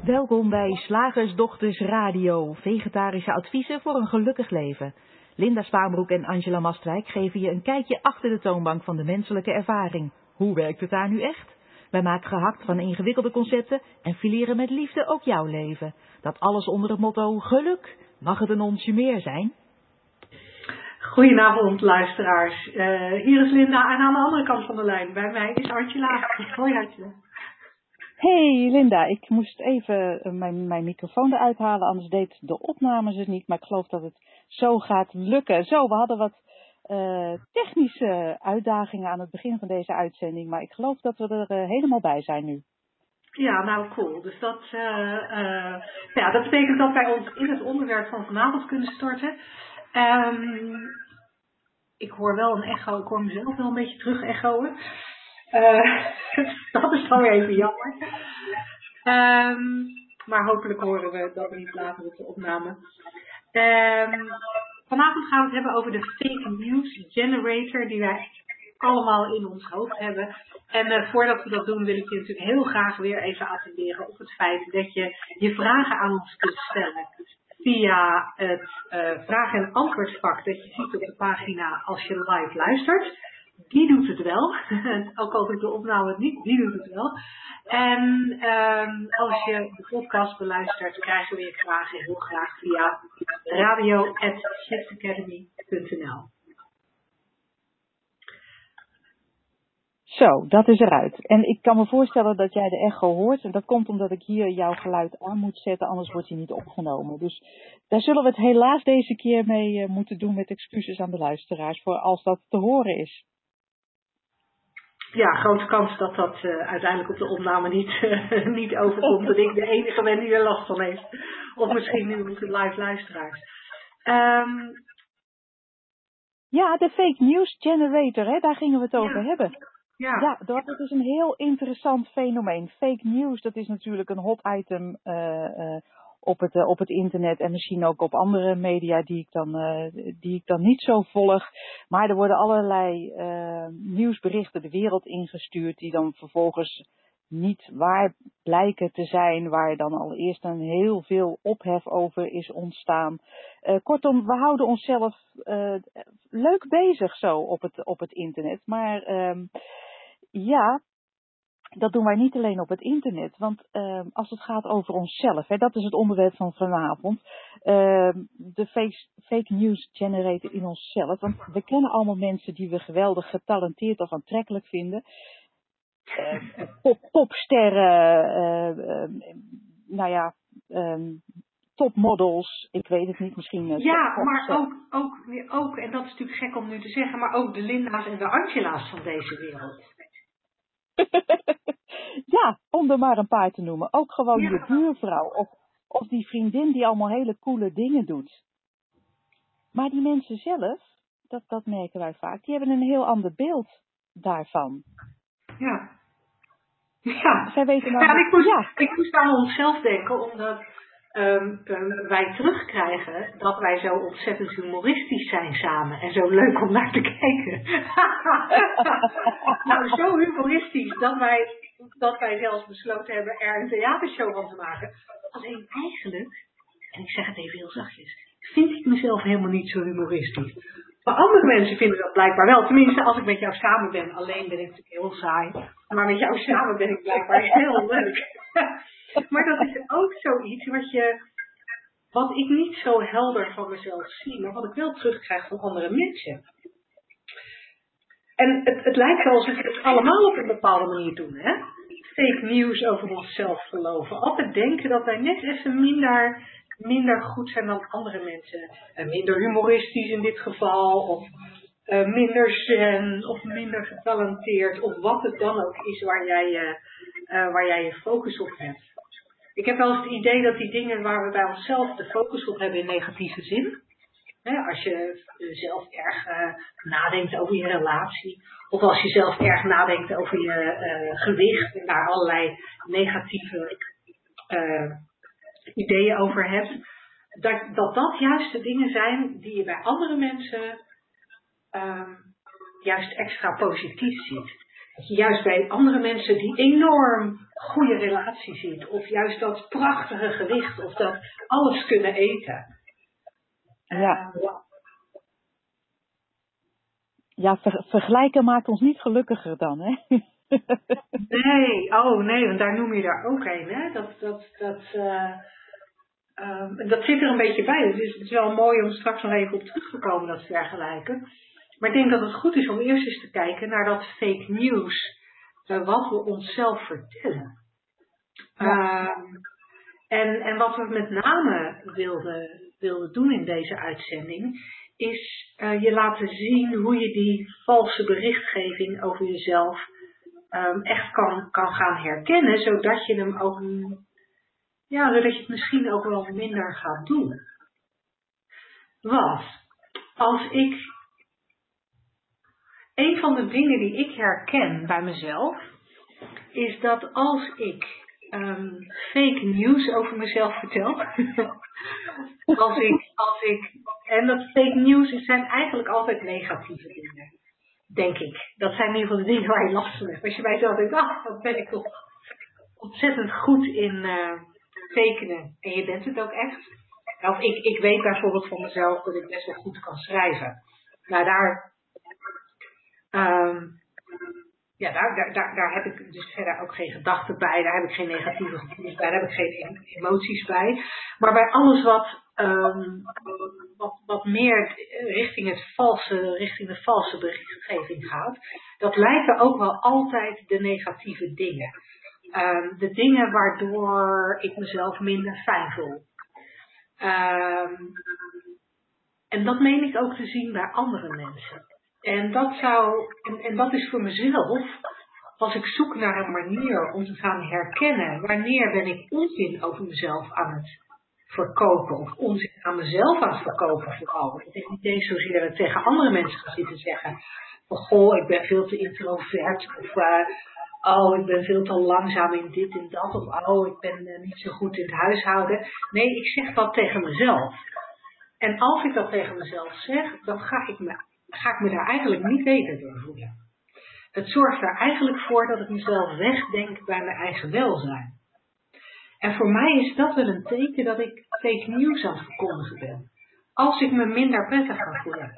Welkom bij Slagersdochters Radio, vegetarische adviezen voor een gelukkig leven. Linda Spaanbroek en Angela Mastwijk geven je een kijkje achter de toonbank van de menselijke ervaring. Hoe werkt het daar nu echt? Wij maken gehakt van ingewikkelde concepten en fileren met liefde ook jouw leven. Dat alles onder het motto geluk. Mag het een onsje meer zijn? Goedenavond luisteraars. Hier is Linda en aan de andere kant van de lijn bij mij is Angela. Hoi Angela. Hey Linda, ik moest even mijn microfoon eruit halen, anders deed de opnames het niet. Maar ik geloof dat het zo gaat lukken. Zo, we hadden wat technische uitdagingen aan het begin van deze uitzending. Maar ik geloof dat we er helemaal bij zijn nu. Ja, nou cool. Dus dat betekent dat wij ons in het onderwerp van vanavond kunnen storten. Ik hoor wel een echo, ik hoor mezelf wel een beetje terug echoen. Dat is dan weer even jammer. Maar hopelijk horen we dat niet later op de opname. Vanavond gaan we het hebben over de fake news generator die wij allemaal in ons hoofd hebben. En voordat we dat doen wil ik je natuurlijk heel graag weer even attenderen op het feit dat je je vragen aan ons kunt stellen. Via het vraag- en antwoordvak dat je ziet op de pagina als je live luistert. Die doet het wel. Ook al doet de opname het niet, die doet het wel. En als je de podcast beluistert, krijgen we je vragen heel graag via radio@shiftacademy.nl. Zo, dat is eruit. En ik kan me voorstellen dat jij de echo hoort. En dat komt omdat ik hier jouw geluid aan moet zetten, anders wordt hij niet opgenomen. Dus daar zullen we het helaas deze keer mee moeten doen met excuses aan de luisteraars voor als dat te horen is. Ja, grote kans dat dat uiteindelijk op de opname niet overkomt. Dat ik de enige ben die er last van heeft. Of misschien nu moeten live luisteraars. Ja, de fake news generator, hè, daar gingen we het over hebben. Ja, dat is een heel interessant fenomeen. Fake news, dat is natuurlijk een hot item op het internet en misschien ook op andere media die ik dan niet zo volg. Maar er worden allerlei nieuwsberichten de wereld ingestuurd die dan vervolgens niet waar blijken te zijn, waar dan al eerst een heel veel ophef over is ontstaan. Kortom, we houden onszelf leuk bezig zo op het internet. Maar ja, dat doen wij niet alleen op het internet. Want als het gaat over onszelf, hè, dat is het onderwerp van vanavond. De fake news generator in onszelf. Want we kennen allemaal mensen die we geweldig getalenteerd of aantrekkelijk vinden. Popsterren, topmodels, ik weet het niet, misschien... maar ook, en dat is natuurlijk gek om nu te zeggen, maar ook de Linda's en de Angela's van deze wereld. Ja, om er maar een paar te noemen. Ook gewoon je buurvrouw of die vriendin die allemaal hele coole dingen doet. Maar die mensen zelf, dat merken wij vaak, die hebben een heel ander beeld daarvan. Ja. Zij weten nou ik moest aan onszelf denken, omdat wij terugkrijgen dat wij zo ontzettend humoristisch zijn samen. En zo leuk om naar te kijken. Nou, zo humoristisch dat wij zelfs besloten hebben er een theatershow van te maken. Alleen eigenlijk, en ik zeg het even heel zachtjes, vind ik mezelf helemaal niet zo humoristisch. Maar andere mensen vinden dat blijkbaar wel. Tenminste, als ik met jou samen ben. Alleen ben ik natuurlijk heel saai. Maar met jou samen ben ik blijkbaar heel leuk. Maar dat is ook zoiets wat ik niet zo helder van mezelf zie. Maar wat ik wel terugkrijg van andere mensen. En het lijkt wel alsof we het allemaal op een bepaalde manier doen. Hè? Fake news over onszelf geloven. Altijd denken dat wij net even minder goed zijn dan andere mensen. Minder humoristisch in dit geval. Of minder zen. Of minder getalenteerd. Of wat het dan ook is waar jij je focus op hebt. Ik heb wel eens het idee dat die dingen waar we bij onszelf de focus op hebben in negatieve zin. Als je zelf erg nadenkt over je relatie. Of als je zelf erg nadenkt over je gewicht. En daar allerlei negatieve ideeën over hebt. Dat juist de dingen zijn die je bij andere mensen juist extra positief ziet. Dat je juist bij andere mensen die enorm goede relatie ziet. Of juist dat prachtige gewicht. Of dat alles kunnen eten. Ja, vergelijken maakt ons niet gelukkiger dan, hè? Nee, want daar noem je daar ook een, hè? Dat zit er een beetje bij. Dus het is wel mooi om straks nog even op terug te komen, dat vergelijken. Maar ik denk dat het goed is om eerst eens te kijken naar dat fake news, wat we onszelf vertellen. En wat we met name wilden doen in deze uitzending, is je laten zien hoe je die valse berichtgeving over jezelf echt kan gaan herkennen, zodat je hem ook, zodat je het misschien ook wel minder gaat doen. Want een van de dingen die ik herken bij mezelf, is dat als ik fake news over mezelf vertel, en dat fake news zijn eigenlijk altijd negatieve dingen, denk ik. Dat zijn in ieder geval de dingen waar je last van hebt. Als je bij jezelf denkt, wat ben ik toch ontzettend goed in tekenen. En je bent het ook echt. Of ik weet bijvoorbeeld van mezelf dat ik best wel goed kan schrijven. Nou, daar heb ik dus verder ook geen gedachten bij. Daar heb ik geen negatieve gevoelens bij. Daar heb ik geen emoties bij. Maar bij alles wat meer richting de valse berichtgeving gaat, dat lijken ook wel altijd de negatieve dingen. De dingen waardoor ik mezelf minder fijn voel. En dat meen ik ook te zien bij andere mensen. En dat is voor mezelf, als ik zoek naar een manier om te gaan herkennen wanneer ben ik onzin over mezelf aan het verkopen, of onzin aan mezelf aan het verkopen vooral. Het is niet eens zozeer dat ik tegen andere mensen ga zitten zeggen van goh, ik ben veel te introvert, of ik ben veel te langzaam in dit en dat, of ik ben niet zo goed in het huishouden. Nee, ik zeg dat tegen mezelf. En als ik dat tegen mezelf zeg, dan ga ik me daar eigenlijk niet beter door voelen. Het zorgt er eigenlijk voor dat ik mezelf wegdenk bij mijn eigen welzijn. En voor mij is dat wel een teken dat ik fake news aan het verkondigen ben. Als ik me minder prettig ga voelen.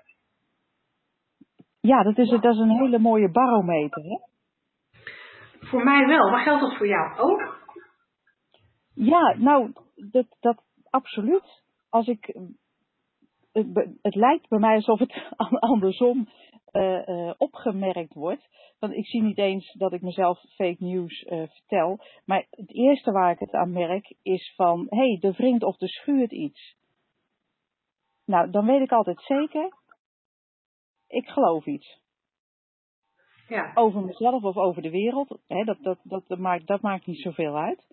Ja, dat is een hele mooie barometer, hè? Voor mij wel, maar geldt dat voor jou ook? Ja, nou, dat absoluut. Het lijkt bij mij alsof het andersom opgemerkt wordt. Want ik zie niet eens dat ik mezelf fake news vertel. Maar het eerste waar ik het aan merk is van, hé, er wringt of er schuurt iets. Nou, dan weet ik altijd zeker, ik geloof iets. Ja. Over mezelf of over de wereld. Hè, dat maakt niet zoveel uit.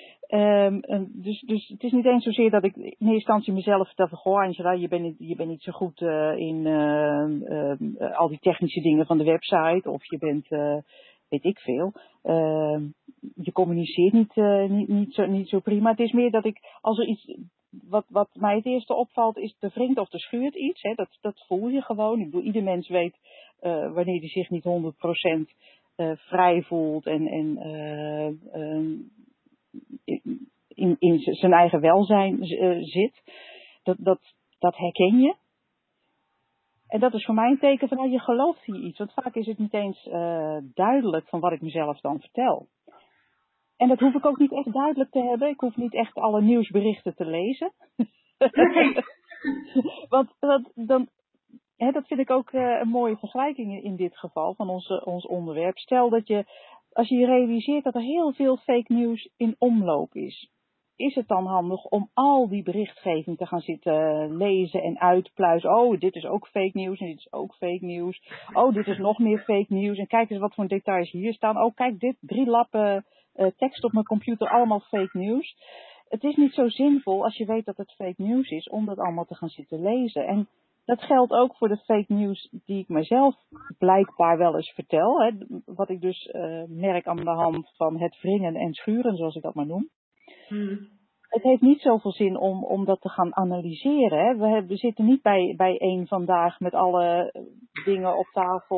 Dus het is niet eens zozeer dat ik in eerste instantie mezelf vertel van, goh Angela, je bent niet zo goed in al die technische dingen van de website. Of je bent, weet ik veel, je communiceert niet zo prima. Het is meer dat ik, als er iets, wat mij het eerste opvalt, is er wringt of er schuurt iets. Hè, dat voel je gewoon. Ik bedoel, ieder mens weet wanneer hij zich niet 100% vrij voelt en in zijn eigen welzijn zit. Dat herken je. En dat is voor mij een teken van, je gelooft hier iets. Want vaak is het niet eens duidelijk van wat ik mezelf dan vertel. En dat hoef ik ook niet echt duidelijk te hebben. Ik hoef niet echt alle nieuwsberichten te lezen. Nee. Want dat vind ik ook een mooie vergelijking in dit geval van ons onderwerp. Stel dat als je realiseert dat er heel veel fake news in omloop is het dan handig om al die berichtgeving te gaan zitten lezen en uitpluizen. Oh, dit is ook fake news en dit is ook fake news. Oh, dit is nog meer fake news. En kijk eens wat voor details hier staan. Oh, kijk dit, 3 lappen tekst op mijn computer, allemaal fake news. Het is niet zo zinvol als je weet dat het fake news is om dat allemaal te gaan zitten lezen. En dat geldt ook voor de fake news die ik mezelf blijkbaar wel eens vertel. Hè, wat ik dus merk aan de hand van het wringen en schuren, zoals ik dat maar noem. Het heeft niet zoveel zin om dat te gaan analyseren. Hè. We zitten niet bij één vandaag met alle dingen op tafel.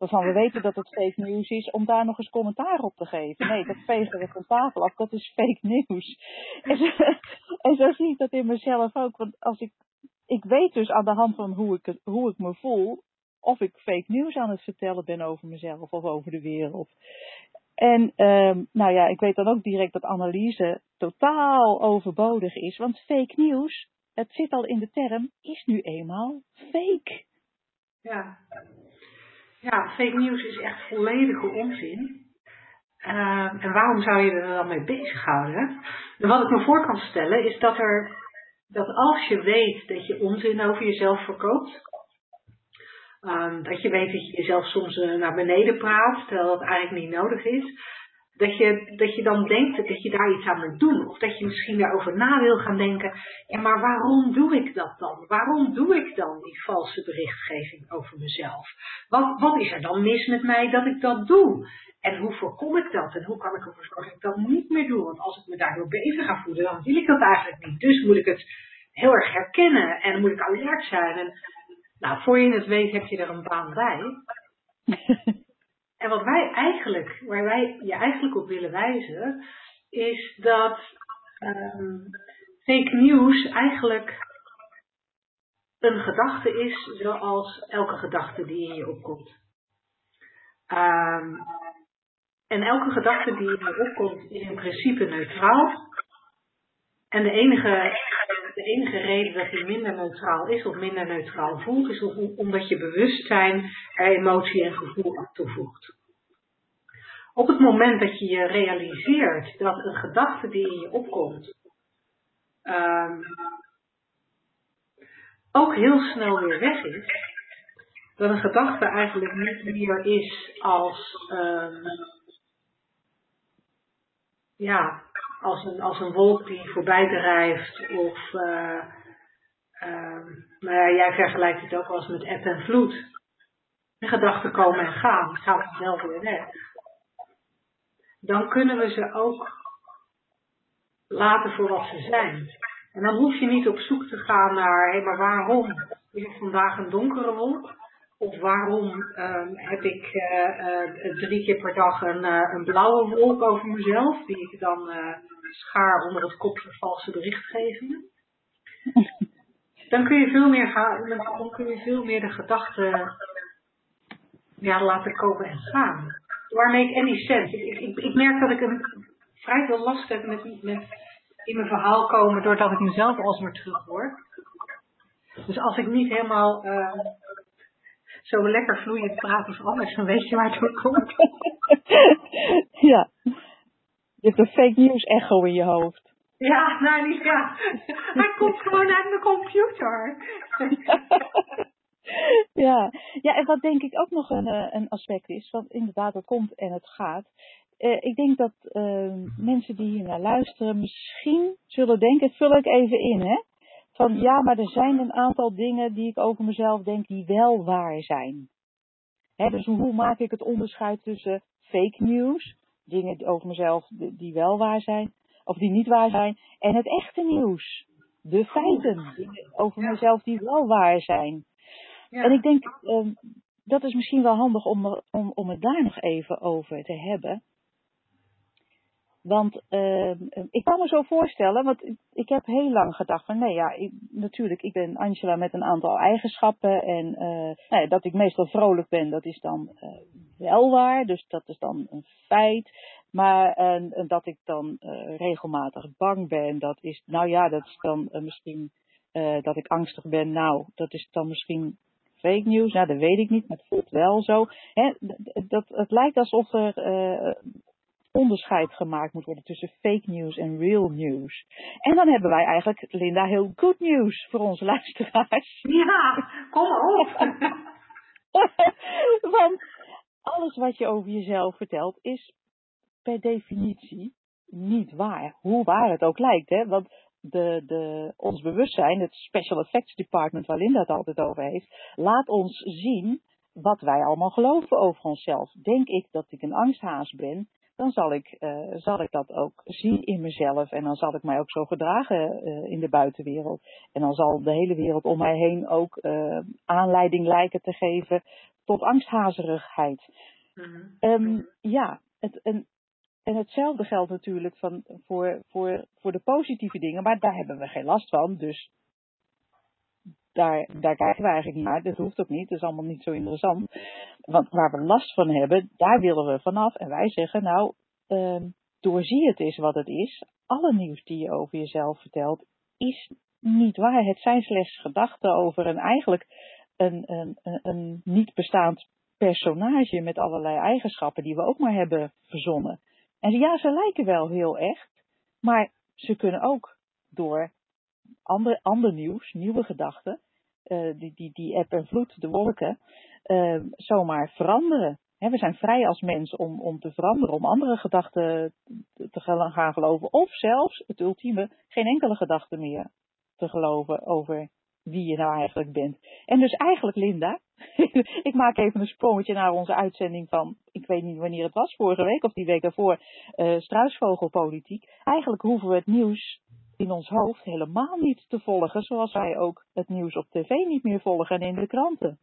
waarvan we weten dat het fake news is, om daar nog eens commentaar op te geven. Nee, dat vegen we van tafel af, dat is fake news. En zo zie ik dat in mezelf ook, want ik weet dus aan de hand van hoe ik me voel, of ik fake news aan het vertellen ben over mezelf of over de wereld. En ik weet dan ook direct dat analyse totaal overbodig is. Want fake nieuws, het zit al in de term, is nu eenmaal fake. Ja, fake nieuws is echt volledige onzin. En waarom zou je er dan mee bezighouden? En wat ik me voor kan stellen is dat als je weet dat je onzin over jezelf verkoopt, dat je weet dat je jezelf soms naar beneden praat, terwijl dat eigenlijk niet nodig is, dat je dan denkt dat je daar iets aan moet doen. Of dat je misschien daarover na wil gaan denken, ja, maar waarom doe ik dat dan? Waarom doe ik dan die valse berichtgeving over mezelf? Wat is er dan mis met mij dat ik dat doe? En hoe voorkom ik dat? En hoe kan ik ervoor zorgen dat ik dat niet meer doe? Want als ik me daardoor beter ga voelen, dan wil ik dat eigenlijk niet. Dus moet ik het heel erg herkennen en dan moet ik alert zijn. En voor je het weet heb je er een baan bij. En waar wij je eigenlijk op willen wijzen, is dat fake news eigenlijk een gedachte is zoals elke gedachte die in je opkomt. En elke gedachte die in je opkomt is in principe neutraal. En de enige reden dat die minder neutraal is of minder neutraal voelt, is omdat je bewustzijn er emotie en gevoel aan toevoegt. Op het moment dat je je realiseert dat een gedachte die in je opkomt ook heel snel weer weg is, dat een gedachte eigenlijk niet meer is als een wolk die voorbij drijft of jij vergelijkt het ook wel eens met eb en vloed. De gedachten komen en gaan, die gaan vanzelf weer weg. Dan kunnen we ze ook laten voor wat ze zijn. En dan hoef je niet op zoek te gaan naar, maar waarom is er vandaag een donkere wolk? Of waarom heb ik 3 keer per dag een blauwe wolk over mezelf, die ik dan schaar onder het kopje valse berichtgevingen? Dan kun je veel meer de gedachten laten komen en gaan. Waar make any sense? Ik merk dat ik een vrij veel last heb met in mijn verhaal komen, doordat ik mezelf alsmaar terug hoor. Dus als ik niet helemaal zo lekker vloeiend praat of anders, dan weet je waar het door komt. Ja, je hebt een fake news echo in je hoofd. Ja, hij komt gewoon uit mijn computer. Ja, en wat denk ik ook nog een aspect is, want inderdaad het komt en het gaat. Ik denk dat mensen die hier naar luisteren misschien zullen denken, vul ik even in, hè? Van ja, maar er zijn een aantal dingen die ik over mezelf denk die wel waar zijn. Hè, dus hoe maak ik het onderscheid tussen fake news, dingen over mezelf die wel waar zijn, of die niet waar zijn, en het echte nieuws. De feiten over mezelf die wel waar zijn. Ja. En ik denk, dat is misschien wel handig om het daar nog even over te hebben. Want ik kan me zo voorstellen, want ik heb heel lang gedacht van natuurlijk, ik ben Angela met een aantal eigenschappen en dat ik meestal vrolijk ben, dat is dan wel waar, dus dat is dan een feit. Maar dat ik dan regelmatig bang ben, dat is dan misschien dat ik angstig ben, dat is dan misschien fake news, dat weet ik niet, maar het voelt wel zo. Hè, het lijkt alsof er onderscheid gemaakt moet worden tussen fake news en real news. En dan hebben wij eigenlijk, Linda, heel good news voor onze luisteraars. Ja, kom op. Want alles wat je over jezelf vertelt is per definitie niet waar. Hoe waar het ook lijkt, hè? Want ons bewustzijn, het Special Effects Department waar Linda het altijd over heeft, laat ons zien wat wij allemaal geloven over onszelf. Denk ik dat ik een angsthaas ben, dan zal ik dat ook zien in mezelf. En dan zal ik mij ook zo gedragen in de buitenwereld. En dan zal de hele wereld om mij heen ook aanleiding lijken te geven tot angsthazerigheid. Ja, en hetzelfde geldt natuurlijk voor de positieve dingen, maar daar hebben we geen last van. Dus daar kijken we eigenlijk niet naar. Dat hoeft ook niet, dat is allemaal niet zo interessant. Want waar we last van hebben, daar willen we vanaf. En wij zeggen, nou, doorzie het eens wat het is. Alle nieuws die je over jezelf vertelt, is niet waar. Het zijn slechts gedachten over eigenlijk een niet bestaand personage met allerlei eigenschappen die we ook maar hebben verzonnen. En ja, ze lijken wel heel echt, maar ze kunnen ook door ander nieuws, nieuwe gedachten, die eb en vloed, de wolken, zomaar veranderen. We zijn vrij als mens om te veranderen, om andere gedachten te gaan geloven. Of zelfs, het ultieme, geen enkele gedachte meer te geloven over wie je nou eigenlijk bent. En dus eigenlijk, Linda, ik maak even een sprongetje naar onze uitzending van, ik weet niet wanneer het was, vorige week of die week daarvoor, struisvogelpolitiek. Eigenlijk hoeven we het nieuws in ons hoofd helemaal niet te volgen, zoals wij ook het nieuws op tv niet meer volgen en in de kranten.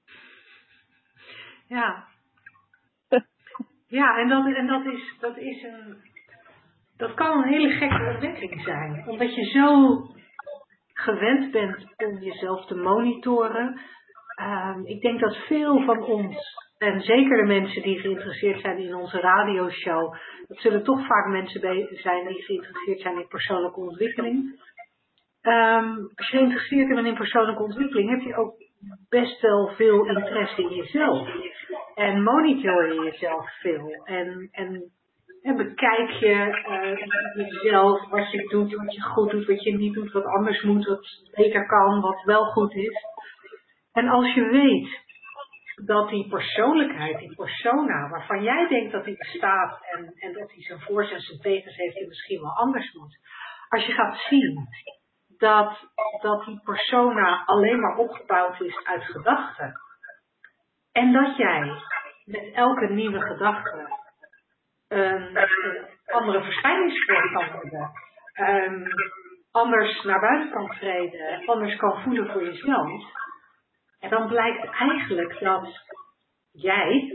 Ja. Ja, en dat kan een hele gekke ontdekking zijn. Omdat je zo gewend bent om jezelf te monitoren. Ik denk dat veel van ons, en zeker de mensen die geïnteresseerd zijn in onze radioshow, dat zullen toch vaak mensen zijn die geïnteresseerd zijn in persoonlijke ontwikkeling. Als je geïnteresseerd bent in persoonlijke ontwikkeling, heb je ook best wel veel interesse in jezelf. En monitor je jezelf veel. En bekijk je jezelf, wat je doet, wat je goed doet, wat je niet doet, wat anders moet, wat beter kan, wat wel goed is. En als je weet dat die persoonlijkheid, die persona, waarvan jij denkt dat die bestaat en dat hij zijn voor's en zijn tegens heeft en misschien wel anders moet. Als je gaat zien dat die persona alleen maar opgebouwd is uit gedachten. En dat jij met elke nieuwe gedachte een andere verschijningsvorm kan hebben. Anders naar buiten kan treden, anders kan voelen voor jezelf. En dan blijkt eigenlijk dat jij,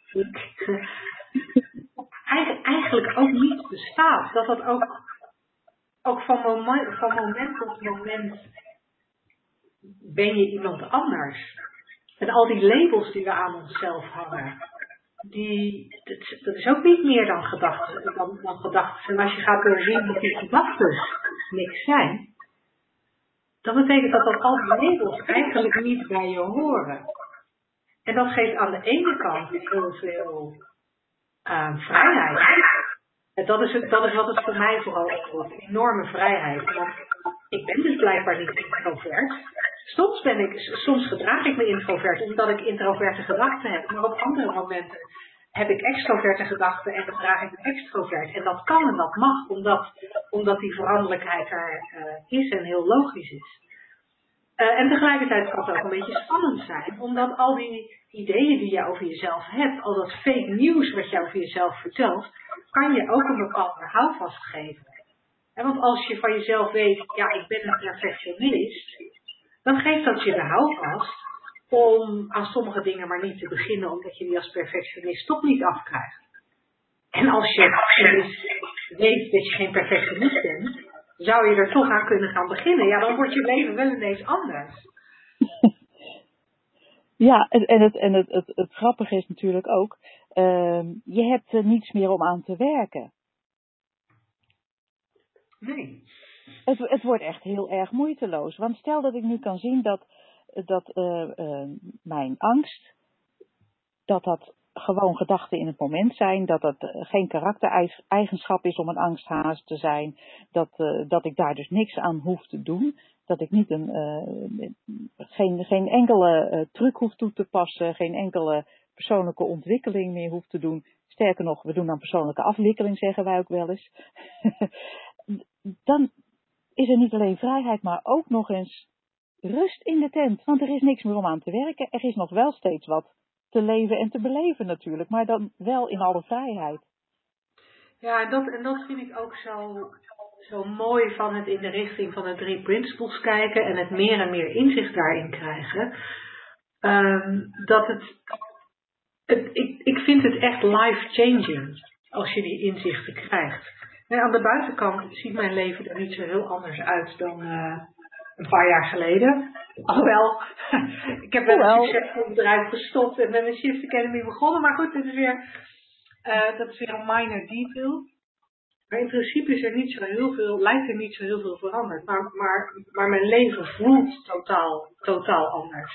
eigenlijk ook niet bestaat. Dat dat ook van moment tot moment ben je iemand anders. En al die labels die we aan onszelf hangen, dat is ook niet meer dan gedachten. En als je gaat doorzien dat die gedachten niks zijn, dan betekent dat al die labels eigenlijk niet bij je horen. En dat geeft aan de ene kant heel veel vrijheid. En dat is wat het voor mij vooral oproept. Enorme vrijheid. Want ik ben dus blijkbaar niet introvert. Soms gedraag ik me introvert omdat ik introverte gedachten heb. Maar op andere momenten heb ik extroverte gedachten en gedraag ik me extrovert. En dat kan en dat mag, omdat die veranderlijkheid er is en heel logisch is. En tegelijkertijd kan het ook een beetje spannend zijn, omdat al die ideeën die je over jezelf hebt, al dat fake nieuws wat je over jezelf vertelt, kan je ook een bepaalde houvast geven. Want als je van jezelf weet, ja, ik ben een perfectionist, dan geeft dat je de houvast om aan sommige dingen maar niet te beginnen, omdat je die als perfectionist toch niet afkrijgt. En als je dus weet dat je geen perfectionist bent, zou je er toch aan kunnen gaan beginnen. Ja, dan wordt je leven wel ineens anders. Ja, en het grappige is natuurlijk ook, je hebt niets meer om aan te werken. Nee. Het wordt echt heel erg moeiteloos. Want stel dat ik nu kan zien dat mijn angst, dat gewoon gedachten in het moment zijn, dat het geen karaktereigenschap is om een angsthaas te zijn, dat ik daar dus niks aan hoef te doen, dat ik niet geen enkele truc hoef toe te passen, geen enkele persoonlijke ontwikkeling meer hoef te doen. Sterker nog, we doen dan persoonlijke afwikkeling, zeggen wij ook wel eens. Dan is er niet alleen vrijheid, maar ook nog eens rust in de tent. Want er is niks meer om aan te werken. Er is nog wel steeds wat te leven en te beleven natuurlijk, maar dan wel in alle vrijheid. Ja, en dat vind ik ook zo mooi van het in de richting van de 3 principles kijken en het meer en meer inzicht daarin krijgen. dat ik vind het echt life-changing als je die inzichten krijgt. En aan de buitenkant ziet mijn leven er niet zo heel anders uit dan een paar jaar geleden. Alhoewel, ik heb wel een succesvol bedrijf gestopt en met mijn Shift Academy begonnen. Maar goed, dat is weer een minor detail. Maar in principe is er niet zo heel veel, lijkt er niet zo heel veel veranderd. Maar mijn leven voelt totaal anders.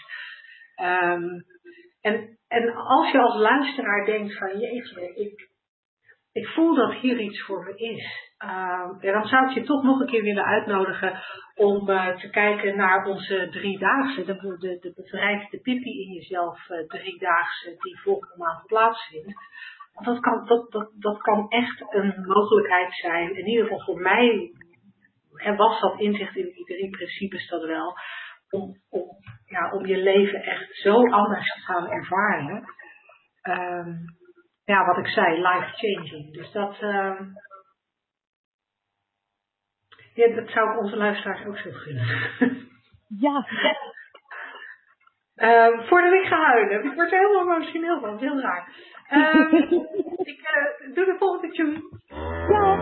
En als je als luisteraar denkt van jeetje, ik voel dat hier iets voor me is. Dan zou ik je toch nog een keer willen uitnodigen om te kijken naar onze 3-daagse, de bevrijd de Pippi in jezelf 3-daagse die volgende maand plaatsvindt. Want dat kan echt een mogelijkheid zijn. In ieder geval voor mij was dat inzicht in die 3 principes dat wel. Om je leven echt zo anders te gaan ervaren. Wat ik zei, life-changing. Dus dat zou ik onze luisteraars ook zo gunnen. Ja. Voordat ik ga huilen. Ik word er heel emotioneel van. Heel raar. Ik doe de volgende tune. Ja.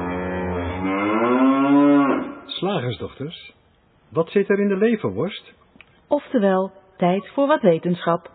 Slagersdochters, wat zit er in de leverworst? Oftewel, tijd voor wat wetenschap.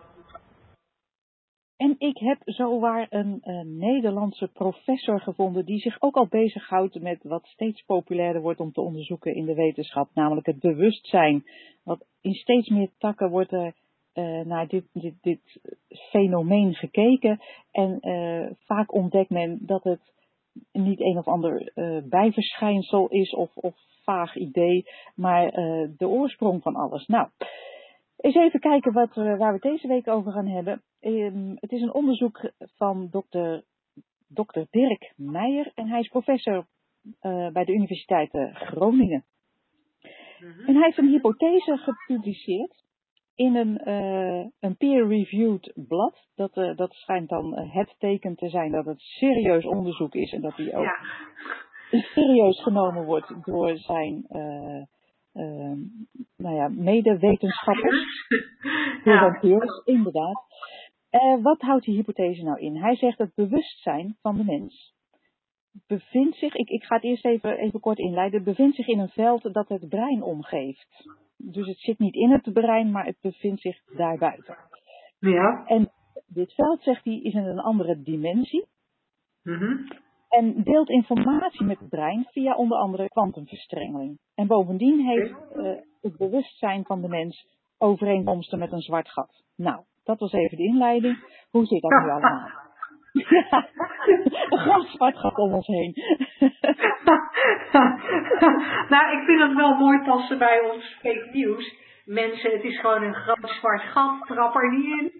En ik heb zowaar een Nederlandse professor gevonden die zich ook al bezighoudt met wat steeds populairder wordt om te onderzoeken in de wetenschap, namelijk het bewustzijn. Want in steeds meer takken wordt er naar dit fenomeen gekeken en vaak ontdekt men dat het niet een of ander bijverschijnsel is of vaag idee, maar de oorsprong van alles. Nou, eens even kijken waar we het deze week over gaan hebben. Het is een onderzoek van dokter Dirk Meijer en hij is professor bij de Universiteit Groningen. En hij heeft een hypothese gepubliceerd in een peer-reviewed blad. Dat schijnt dan het teken te zijn dat het serieus onderzoek is en dat hij ook serieus genomen wordt door zijn medewetenschappers. Peers, inderdaad. Wat houdt die hypothese nou in? Hij zegt het bewustzijn van de mens bevindt zich, ik ga het eerst even kort inleiden, bevindt zich in een veld dat het brein omgeeft. Dus het zit niet in het brein, maar het bevindt zich daarbuiten. Ja. En dit veld, zegt hij, is in een andere dimensie. Mm-hmm. En deelt informatie met het brein via onder andere kwantumverstrengeling. En bovendien heeft het bewustzijn van de mens overeenkomsten met een zwart gat. Nou, dat was even de inleiding. Hoe zit dat nu allemaal? Ja, een groot zwart gat om ons heen. Nou, ik vind het wel mooi passen bij ons fake news. Mensen, het is gewoon een groot zwart gat, trap er niet in.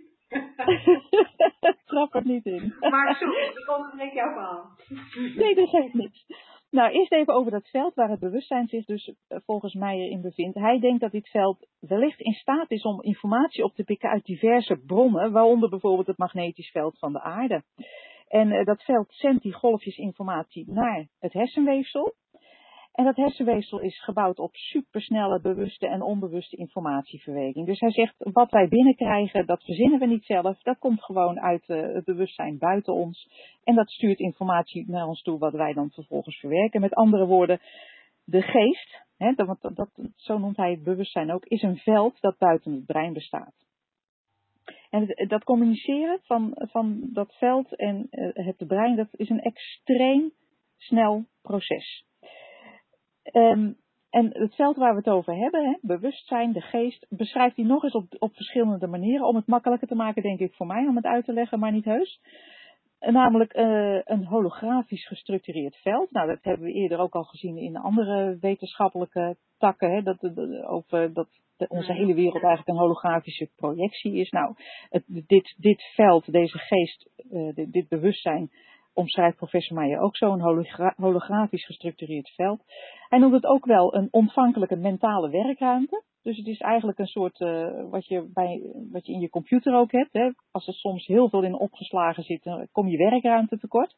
Trap er niet in. Maar sorry, dat onderbreek jouw verhaal. Nee, dat geeft niks. Nou, eerst even over dat veld waar het bewustzijn zich dus volgens Meijer in bevindt. Hij denkt dat dit veld wellicht in staat is om informatie op te pikken uit diverse bronnen, waaronder bijvoorbeeld het magnetisch veld van de aarde. En dat veld zendt die golfjes informatie naar het hersenweefsel. En dat hersenweefsel is gebouwd op supersnelle bewuste en onbewuste informatieverwerking. Dus hij zegt, wat wij binnenkrijgen, dat verzinnen we niet zelf. Dat komt gewoon uit het bewustzijn buiten ons. En dat stuurt informatie naar ons toe, wat wij dan vervolgens verwerken. Met andere woorden, de geest, zo noemt hij het bewustzijn ook, is een veld dat buiten het brein bestaat. En dat communiceren van dat veld en het brein, dat is een extreem snel proces. En het veld waar we het over hebben, bewustzijn, de geest, beschrijft hij nog eens op verschillende manieren. Om het makkelijker te maken, denk ik, voor mij om het uit te leggen, maar niet heus. Namelijk een holografisch gestructureerd veld. Nou, dat hebben we eerder ook al gezien in andere wetenschappelijke takken. Dat onze hele wereld eigenlijk een holografische projectie is. Nou, dit veld, deze geest, dit bewustzijn, omschrijft professor Meijer ook zo, een holografisch gestructureerd veld. Hij noemt het ook wel een ontvankelijke mentale werkruimte. Dus het is eigenlijk een soort wat je in je computer ook hebt. Hè. Als er soms heel veel in opgeslagen zit, dan kom je werkruimte tekort.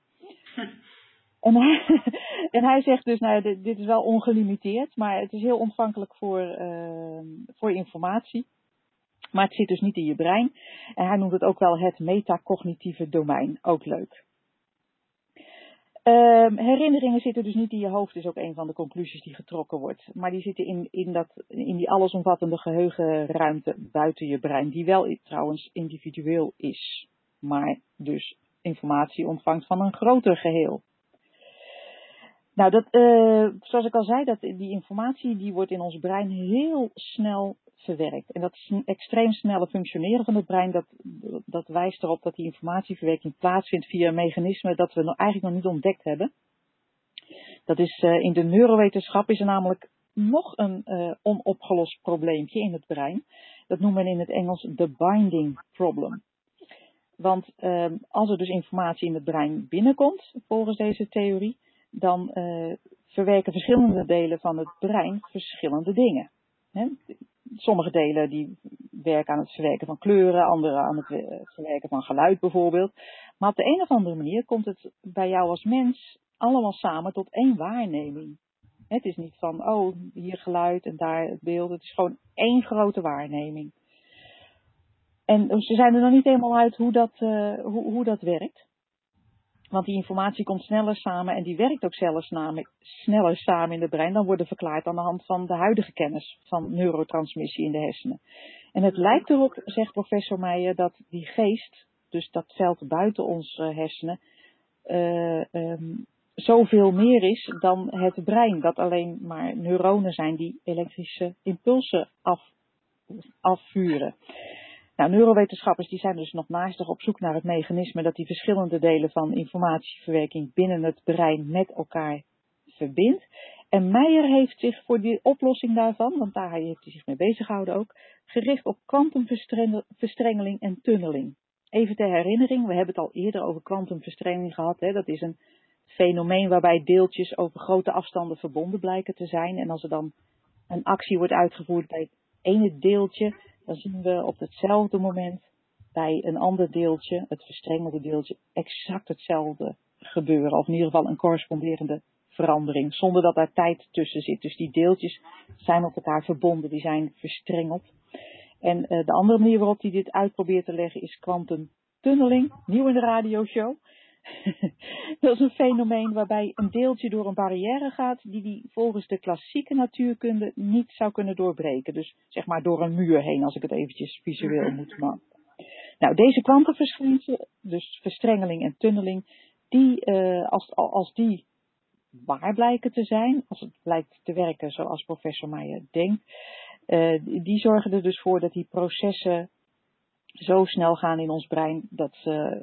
En hij zegt dus, nou, dit is wel ongelimiteerd, maar het is heel ontvankelijk voor informatie. Maar het zit dus niet in je brein. En hij noemt het ook wel het metacognitieve domein. Ook leuk. Herinneringen zitten dus niet in je hoofd, is ook een van de conclusies die getrokken wordt. Maar die zitten in die allesomvattende geheugenruimte buiten je brein. Die wel trouwens individueel is. Maar dus informatie ontvangt van een groter geheel. Nou, zoals ik al zei, die informatie die wordt in ons brein heel snel verwerkt. En dat extreem snelle functioneren van het brein, dat wijst erop dat die informatieverwerking plaatsvindt via een mechanisme dat we eigenlijk nog niet ontdekt hebben. Dat is in de neurowetenschap is er namelijk nog een onopgelost probleempje in het brein. Dat noemen we in het Engels de binding problem. Want als er dus informatie in het brein binnenkomt, volgens deze theorie, dan verwerken verschillende delen van het brein verschillende dingen. Hè? Sommige delen die werken aan het verwerken van kleuren, andere aan het verwerken van geluid bijvoorbeeld. Maar op de een of andere manier komt het bij jou als mens allemaal samen tot één waarneming. Het is niet van, oh, hier geluid en daar het beeld. Het is gewoon één grote waarneming. En ze zijn er nog niet helemaal uit hoe dat werkt. Want die informatie komt sneller samen en die werkt ook sneller samen in het brein dan worden verklaard aan de hand van de huidige kennis van neurotransmissie in de hersenen. En het lijkt erop, zegt professor Meijer, dat die geest, dus dat veld buiten onze hersenen, zoveel meer is dan het brein. Dat alleen maar neuronen zijn die elektrische impulsen afvuren. Nou, neurowetenschappers die zijn dus nog naastig op zoek naar het mechanisme dat die verschillende delen van informatieverwerking binnen het brein met elkaar verbindt. En Meijer heeft zich voor die oplossing daarvan, want daar heeft hij zich mee bezig gehouden ook, gericht op kwantumverstrengeling en tunneling. Even ter herinnering, we hebben het al eerder over kwantumverstrengeling gehad. Hè? Dat is een fenomeen waarbij deeltjes over grote afstanden verbonden blijken te zijn. En als er dan een actie wordt uitgevoerd bij het ene deeltje, dan zien we op hetzelfde moment bij een ander deeltje, het verstrengelde deeltje, exact hetzelfde gebeuren. Of in ieder geval een corresponderende verandering, zonder dat daar tijd tussen zit. Dus die deeltjes zijn op elkaar verbonden, die zijn verstrengeld. En de andere manier waarop hij dit uit probeert te leggen is kwantumtunneling, nieuw in de radioshow. Dat is een fenomeen waarbij een deeltje door een barrière gaat die volgens de klassieke natuurkunde niet zou kunnen doorbreken. Dus zeg maar door een muur heen, als ik het eventjes visueel moet maken. Nou, deze kwantumverschijnselen, dus verstrengeling en tunneling, als die waar blijken te zijn, als het blijkt te werken zoals professor Meijer denkt, die zorgen er dus voor dat die processen zo snel gaan in ons brein dat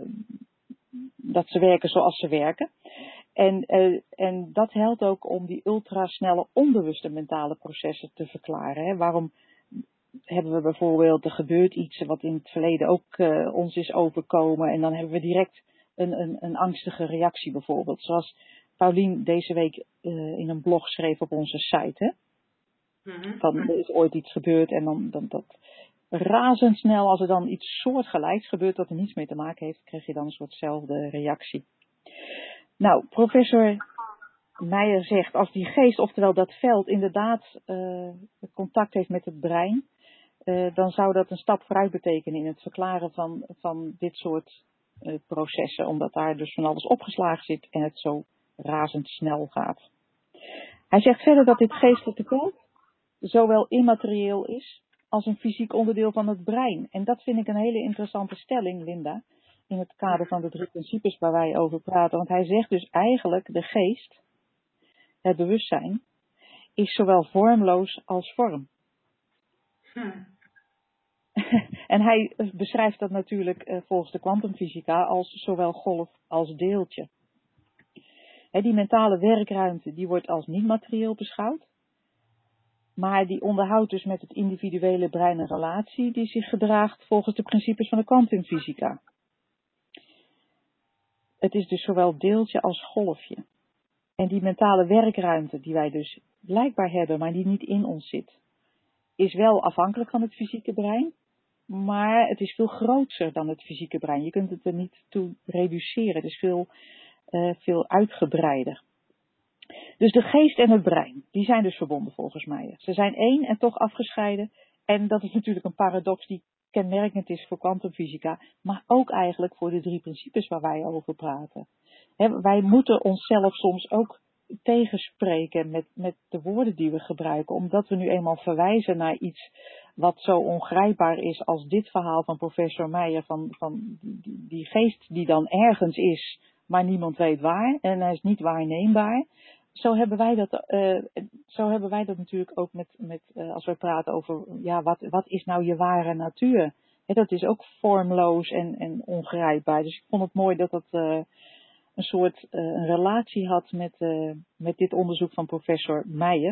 ze werken zoals ze werken. En dat helpt ook om die ultrasnelle onbewuste mentale processen te verklaren. Hè. Waarom hebben we bijvoorbeeld, er gebeurt iets wat in het verleden ook ons is overkomen en dan hebben we direct een angstige reactie bijvoorbeeld. Zoals Paulien deze week in een blog schreef op onze site. Hè. Van, er is ooit iets gebeurd en dan dat razendsnel, als er dan iets soortgelijks gebeurt dat er niets mee te maken heeft, krijg je dan een soortzelfde reactie. Nou, professor Meijer zegt, als die geest, oftewel dat veld, inderdaad contact heeft met het brein, dan zou dat een stap vooruit betekenen in het verklaren van dit soort processen, omdat daar dus van alles opgeslagen zit en het zo razendsnel gaat. Hij zegt verder dat dit geestelijke veld zowel immaterieel is als een fysiek onderdeel van het brein. En dat vind ik een hele interessante stelling, Linda, in het kader van de 3 principes waar wij over praten. Want hij zegt dus eigenlijk, de geest, het bewustzijn, is zowel vormloos als vorm. En hij beschrijft dat natuurlijk volgens de kwantumfysica als zowel golf als deeltje. Die mentale werkruimte die wordt als niet materieel beschouwd. Maar die onderhoudt dus met het individuele brein een relatie die zich gedraagt volgens de principes van de kwantumfysica. Het is dus zowel deeltje als golfje. En die mentale werkruimte die wij dus blijkbaar hebben, maar die niet in ons zit, is wel afhankelijk van het fysieke brein. Maar het is veel groter dan het fysieke brein. Je kunt het er niet toe reduceren. Het is veel uitgebreider. Dus de geest en het brein, die zijn dus verbonden volgens mij. Ze zijn één en toch afgescheiden. En dat is natuurlijk een paradox die kenmerkend is voor kwantumfysica, maar ook eigenlijk voor de 3 principes waar wij over praten. Wij moeten onszelf soms ook tegenspreken met de woorden die we gebruiken, omdat we nu eenmaal verwijzen naar iets wat zo ongrijpbaar is als dit verhaal van professor Meijer, van die geest die dan ergens is, maar niemand weet waar en hij is niet waarneembaar. Zo hebben wij dat natuurlijk ook met als we praten over wat is nou je ware natuur. Dat is ook vormloos en ongrijpbaar. Dus ik vond het mooi dat dat een soort een relatie had met dit onderzoek van professor Meijer.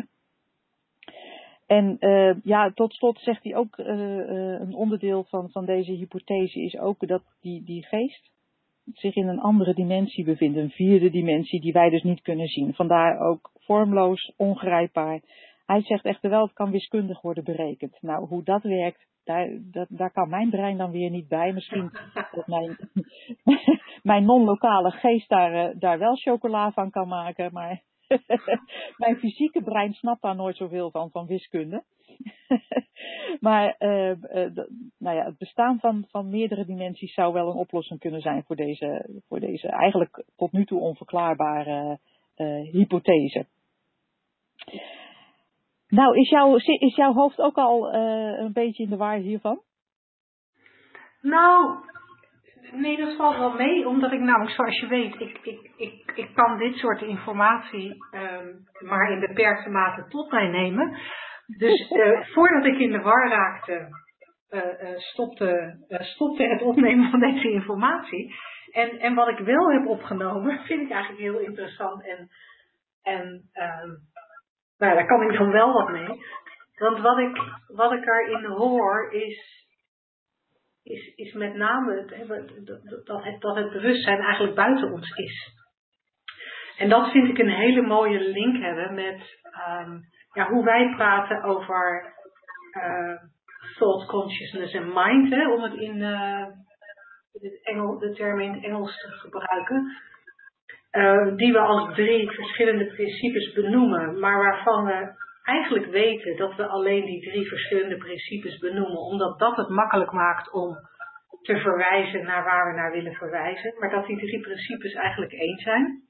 En tot slot zegt hij ook een onderdeel van deze hypothese is ook dat die geest zich in een andere dimensie bevindt, een 4e dimensie die wij dus niet kunnen zien. Vandaar ook vormloos, ongrijpbaar. Hij zegt echter wel, het kan wiskundig worden berekend. Nou, hoe dat werkt, daar kan mijn brein dan weer niet bij. Misschien dat mijn non-lokale geest daar wel chocola van kan maken, maar mijn fysieke brein snapt daar nooit zoveel van wiskunde. Maar het bestaan van meerdere dimensies zou wel een oplossing kunnen zijn voor deze eigenlijk tot nu toe onverklaarbare hypothese. Nou, is jouw hoofd ook al een beetje in de war hiervan? Nou, nee, dat valt wel mee, omdat ik namelijk, zoals je weet, ik kan dit soort informatie maar in beperkte mate tot mij nemen. Dus voordat ik in de war raakte, stopte het opnemen van deze informatie. En wat ik wel heb opgenomen, vind ik eigenlijk heel interessant. En daar kan ik dan wel wat mee. Want wat ik erin hoor is met name dat het bewustzijn eigenlijk buiten ons is. En dat vind ik een hele mooie link hebben met hoe wij praten over thought, consciousness en mind, om het in de termen in het Engels te gebruiken. Die we als 3 verschillende principes benoemen, maar waarvan we eigenlijk weten dat we alleen die 3 verschillende principes benoemen, omdat dat het makkelijk maakt om te verwijzen naar waar we naar willen verwijzen, maar dat die 3 principes eigenlijk één zijn.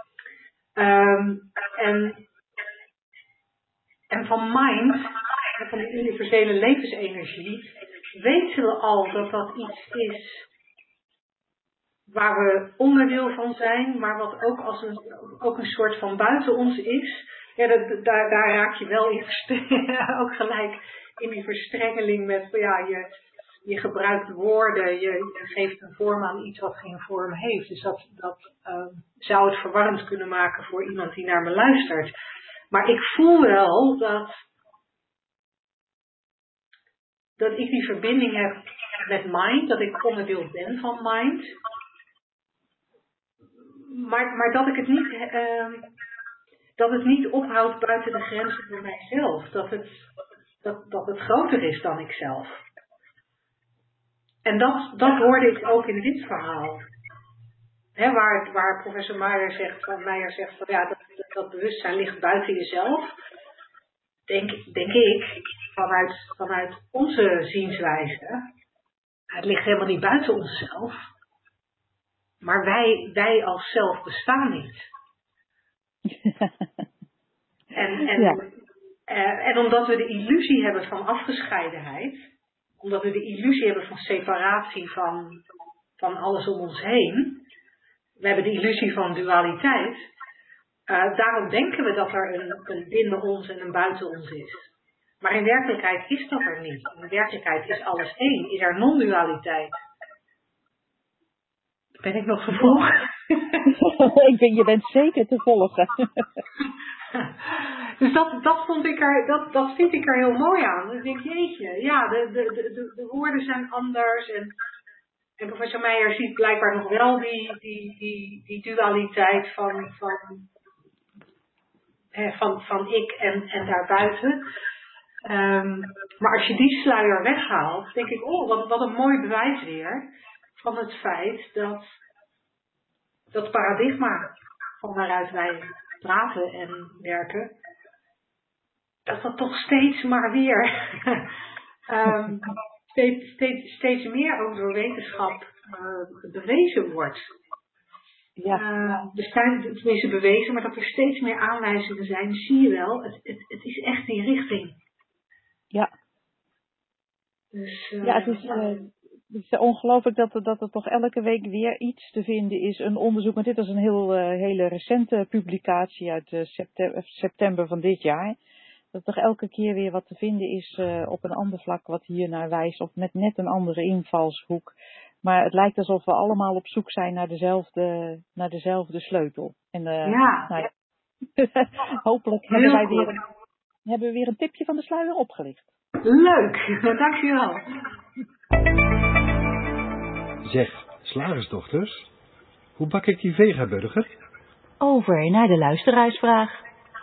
En van mind, van de universele levensenergie, weten we al dat dat iets is waar we onderdeel van zijn, maar wat ook een soort van buiten ons is. Ja, daar raak je wel ook gelijk in die verstrengeling met, je gebruikt woorden, je geeft een vorm aan iets wat geen vorm heeft. Dus dat zou het verwarrend kunnen maken voor iemand die naar me luistert. Maar ik voel wel dat ik die verbinding heb met mind, dat ik onderdeel ben van mind. Maar dat ik het niet ophoudt buiten de grenzen van mijzelf. Dat het groter is dan ikzelf. En dat hoorde ik ook in dit verhaal. Waar professor Meijer zegt van dat bewustzijn ligt buiten jezelf. Denk ik, vanuit onze zienswijze, het ligt helemaal niet buiten onszelf. Maar wij als zelf bestaan niet. En omdat we de illusie hebben van afgescheidenheid, omdat we de illusie hebben van separatie van alles om ons heen, we hebben de illusie van dualiteit, daarom denken we dat er een binnen ons en een buiten ons is. Maar in werkelijkheid is dat er niet. In werkelijkheid is alles één, is er non-dualiteit. Ben ik nog gevolgd? Je bent zeker te volgen. Dus dat vind ik er heel mooi aan. Dan denk ik, jeetje, ja, de woorden zijn anders. En professor Meijer ziet blijkbaar nog wel die dualiteit van ik en daarbuiten. Maar als je die sluier weghaalt, denk ik, wat een mooi bewijs weer van het feit dat paradigma van waaruit wij praten en werken, dat toch steeds maar weer steeds meer ook door wetenschap bewezen wordt. Tenminste bewezen, maar dat er steeds meer aanwijzingen zijn, zie je wel. Het is echt die richting. Ja. Dus, het is ongelooflijk dat er toch elke week weer iets te vinden is. Een onderzoek, want dit is een hele recente publicatie uit september van dit jaar. Dat er toch elke keer weer wat te vinden is op een ander vlak wat hier naar wijst. Of met net een andere invalshoek. Maar het lijkt alsof we allemaal op zoek zijn naar dezelfde sleutel. En, hopelijk hebben we weer een tipje van de sluier opgelicht. Leuk, dankjewel. Zeg, slagersdochters, hoe bak ik die vegaburger? Over naar de luisteraarsvraag.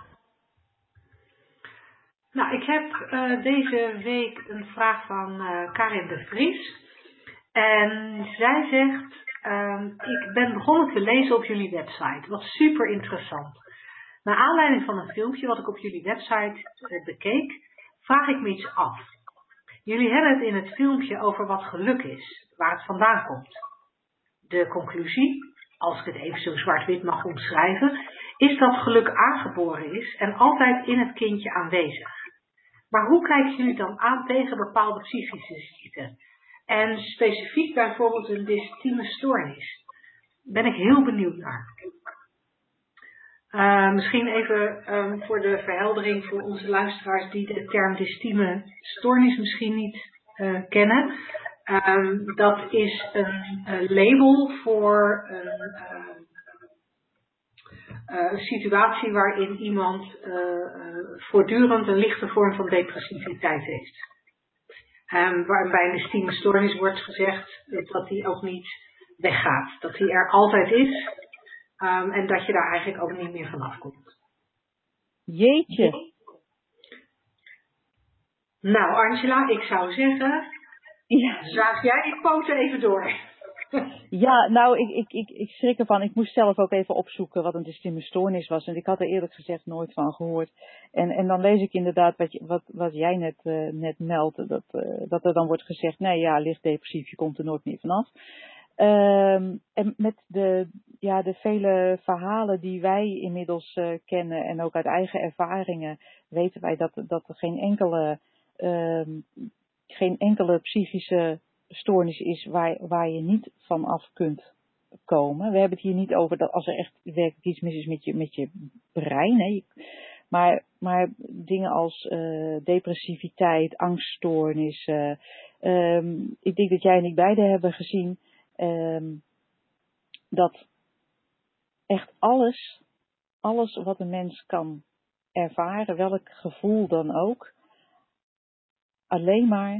Nou, ik heb deze week een vraag van Karin de Vries. En zij zegt, ik ben begonnen te lezen op jullie website. Wat super interessant. Naar aanleiding van een filmpje wat ik op jullie website bekeek, vraag ik me iets af. Jullie hebben het in het filmpje over wat geluk is, waar het vandaan komt. De conclusie, als ik het even zo zwart-wit mag omschrijven, is dat geluk aangeboren is en altijd in het kindje aanwezig. Maar hoe kijken jullie dan aan tegen bepaalde psychische ziekten? En specifiek bijvoorbeeld een dysstieme stoornis. Ben ik heel benieuwd naar. Misschien even voor de verheldering voor onze luisteraars die de term dysstieme stoornis misschien niet kennen. Dat is een label voor een situatie waarin iemand voortdurend een lichte vorm van depressiviteit heeft. Bij een dysstieme stoornis wordt gezegd dat die ook niet weggaat. Dat die er altijd is en dat je daar eigenlijk ook niet meer vanaf komt. Jeetje. Nou Angela, ik zou zeggen, zaag jij die poten even door. Ja, nou, ik schrik ervan. Ik moest zelf ook even opzoeken wat een dysstieme stoornis was. En ik had er eerlijk gezegd nooit van gehoord. En dan lees ik inderdaad wat jij net meldde. Dat er dan wordt gezegd, nee ja, licht depressief, je komt er nooit meer vanaf. En met de vele verhalen die wij inmiddels kennen en ook uit eigen ervaringen weten wij dat er geen enkele psychische stoornis is waar je niet van af kunt komen. We hebben het hier niet over dat als er echt werkelijk iets mis is met je brein. Hè. Maar dingen als depressiviteit, angststoornissen. Ik denk dat jij en ik beide hebben gezien dat echt alles wat een mens kan ervaren, welk gevoel dan ook, alleen maar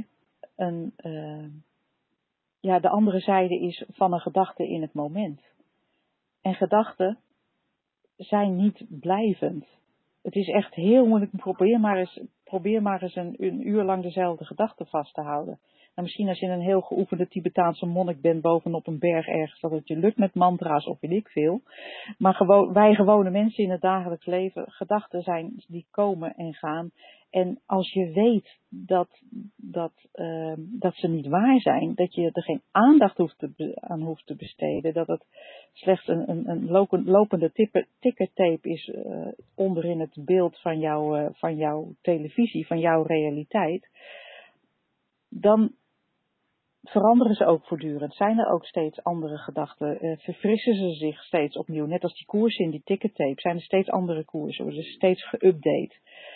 de andere zijde is van een gedachte in het moment. En gedachten zijn niet blijvend. Het is echt heel moeilijk. Probeer maar eens een uur lang dezelfde gedachte vast te houden. Nou, misschien als je een heel geoefende Tibetaanse monnik bent bovenop een berg ergens, dat het je lukt met mantra's of weet ik veel. Maar wij gewone mensen in het dagelijks leven, gedachten zijn die komen en gaan. En als je weet dat ze niet waar zijn, dat je er geen aandacht aan hoeft te besteden, dat het slechts een lopende tickertape is onderin het beeld van jouw televisie, van jouw realiteit, dan veranderen ze ook voortdurend. Zijn er ook steeds andere gedachten? Verfrissen ze zich steeds opnieuw? Net als die koersen in die tickertape. Zijn er steeds andere koersen? Worden ze steeds geüpdate?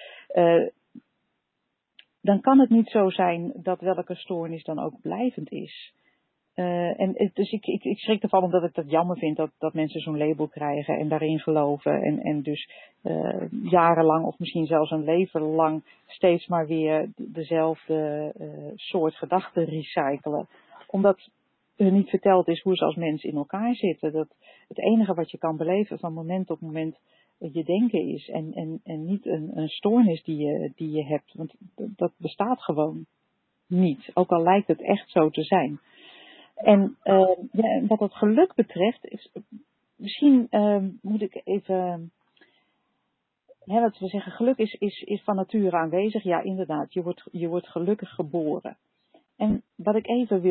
Dan kan het niet zo zijn dat welke stoornis dan ook blijvend is. Dus ik schrik ervan omdat ik dat jammer vind dat mensen zo'n label krijgen en daarin geloven. En dus jarenlang of misschien zelfs een leven lang steeds maar weer dezelfde soort gedachten recyclen. Omdat er niet verteld is hoe ze als mens in elkaar zitten. Dat het enige wat je kan beleven van moment tot moment je denken is. En niet een stoornis die je hebt. Want dat bestaat gewoon niet. Ook al lijkt het echt zo te zijn. En wat het geluk betreft, misschien moet ik even, wat we zeggen, geluk is van nature aanwezig. Ja, inderdaad, je wordt gelukkig geboren. En wat ik even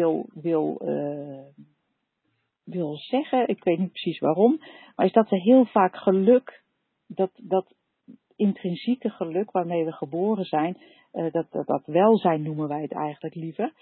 wil zeggen, ik weet niet precies waarom, maar is dat er heel vaak geluk, dat intrinsieke geluk waarmee we geboren zijn, dat welzijn noemen wij het eigenlijk liever,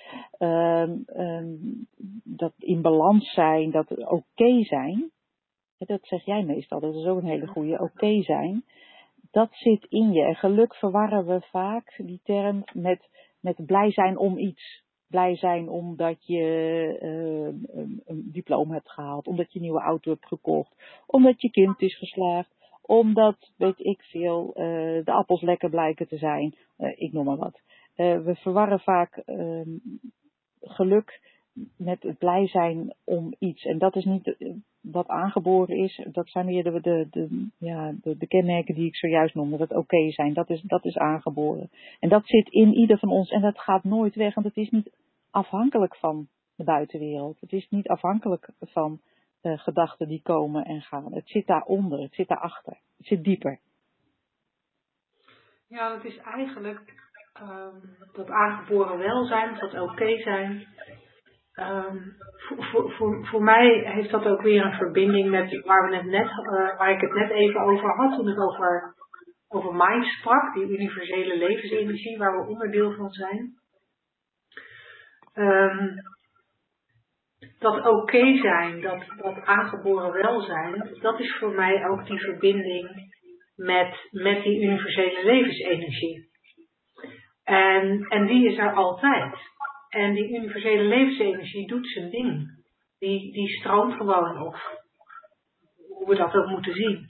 dat in balans zijn, dat oké zijn, dat zeg jij meestal, dat is ook een hele goede, oké zijn, dat zit in je. En geluk verwarren we vaak, die term, met blij zijn om iets. Blij zijn omdat je een diploma hebt gehaald, omdat je een nieuwe auto hebt gekocht, omdat je kind is geslaagd, omdat, weet ik veel, de appels lekker blijken te zijn. Ik noem maar wat. We verwarren vaak geluk met het blij zijn om iets. En dat is niet wat aangeboren is. Dat zijn meer de kenmerken die ik zojuist noemde. Dat oké zijn. Dat is aangeboren. En dat zit in ieder van ons. En dat gaat nooit weg. Want het is niet afhankelijk van de buitenwereld. Het is niet afhankelijk van gedachten die komen en gaan. Het zit daaronder. Het zit daarachter. Het zit dieper. Ja, het is eigenlijk dat aangeboren welzijn, dat oké zijn. Voor mij heeft dat ook weer een verbinding met waar ik het net even over had toen ik over mind sprak, die universele levensenergie waar we onderdeel van zijn. Dat oké zijn, dat aangeboren welzijn, dat is voor mij ook die verbinding met die universele levensenergie. En die is er altijd. En die universele levensenergie doet zijn ding. Die stroomt gewoon op. Hoe we dat ook moeten zien.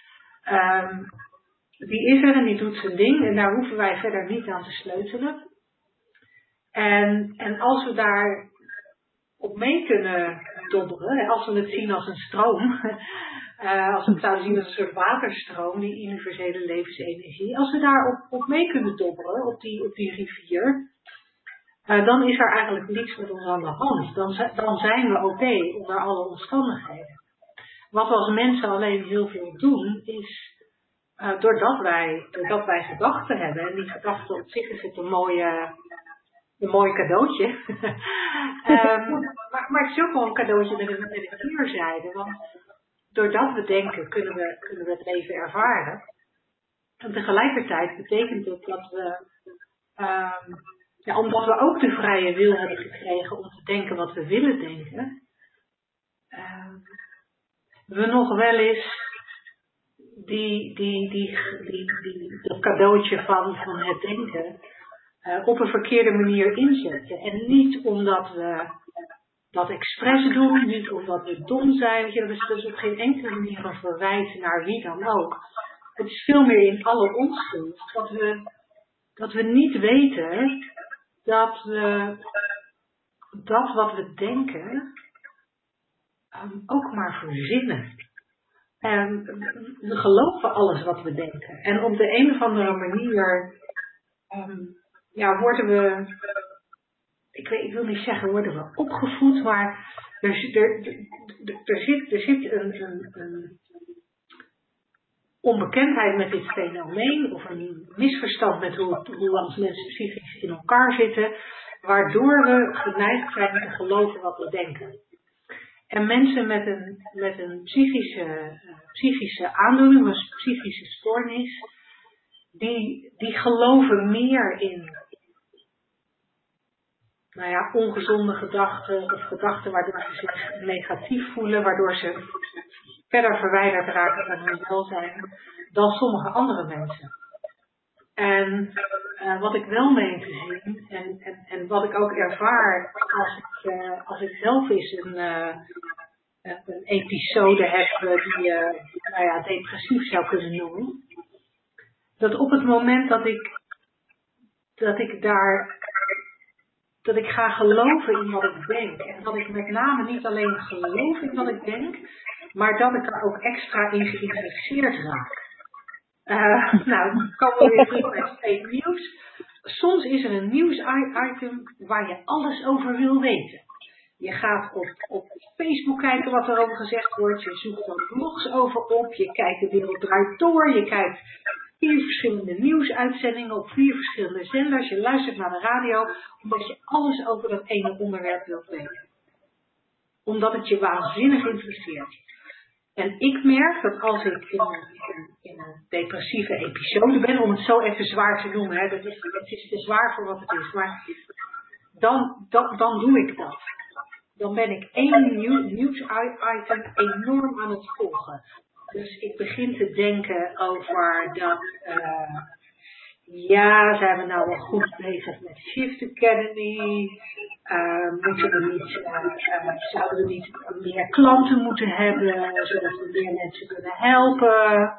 Die is er en die doet zijn ding. En daar hoeven wij verder niet aan te sleutelen. En als we daar op mee kunnen dobberen. Als we het zien als een stroom. Als we het zouden zien als een soort waterstroom. Die universele levensenergie. Als we daar op mee kunnen dobberen. Op die rivier. Dan is er eigenlijk niks met ons aan de hand. Dan zijn we oké onder alle omstandigheden. Wat we als mensen alleen heel veel doen, is doordat wij gedachten hebben. En die gedachten op zich is het een mooi cadeautje. Maar het is ook wel een cadeautje met een keerzijde. Want doordat we denken, kunnen we het leven ervaren. En tegelijkertijd betekent het dat we... omdat we ook de vrije wil hebben gekregen om te denken wat we willen denken, we nog wel eens dat cadeautje van het denken op een verkeerde manier inzetten. En niet omdat we dat expres doen, niet omdat we dom zijn. Weet je, dat is op geen enkele manier een verwijt naar wie dan ook. Het is veel meer in alle onschuld dat we niet weten dat wat we denken ook maar verzinnen. En we geloven alles wat we denken. En op de een of andere manier worden we, ik wil niet zeggen worden we opgevoed, maar er zit een onbekendheid met dit fenomeen of een misverstand met hoe we als mensen psychisch in elkaar zitten, waardoor we geneigd zijn te geloven wat we denken. En mensen met een psychische aandoening, een psychische stoornis, die geloven meer in ongezonde gedachten of gedachten waardoor ze zich negatief voelen, waardoor ze verder verwijderd raken van hun welzijn dan sommige andere mensen. En wat ik wel meen te zien en wat ik ook ervaar als ik zelf eens een episode heb die je depressief zou kunnen noemen, dat op het moment dat ik ga geloven in wat ik denk. En dat ik met name niet alleen geloof in wat ik denk, maar dat ik er ook extra in geïnteresseerd raak. Dan komen we weer terug bij fake nieuws. Soms is er een nieuwsitem waar je alles over wil weten. Je gaat op Facebook kijken wat er over gezegd wordt. Je zoekt er blogs over op. Je kijkt De Wereld Draait Door. Je kijkt 4 verschillende nieuwsuitzendingen op 4 verschillende zenders. Je luistert naar de radio, omdat je alles over dat ene onderwerp wilt weten. Omdat het je waanzinnig interesseert. En ik merk dat als ik in een depressieve episode ben, om het zo even zwaar te noemen, hè, het is te zwaar voor wat het is, maar dan doe ik dat. Dan ben ik één nieuwsitem enorm aan het volgen. Dus ik begin te denken over dat, zijn we nou wel goed bezig met Shift Academy? Zouden we niet meer klanten moeten hebben, zodat we meer mensen kunnen helpen?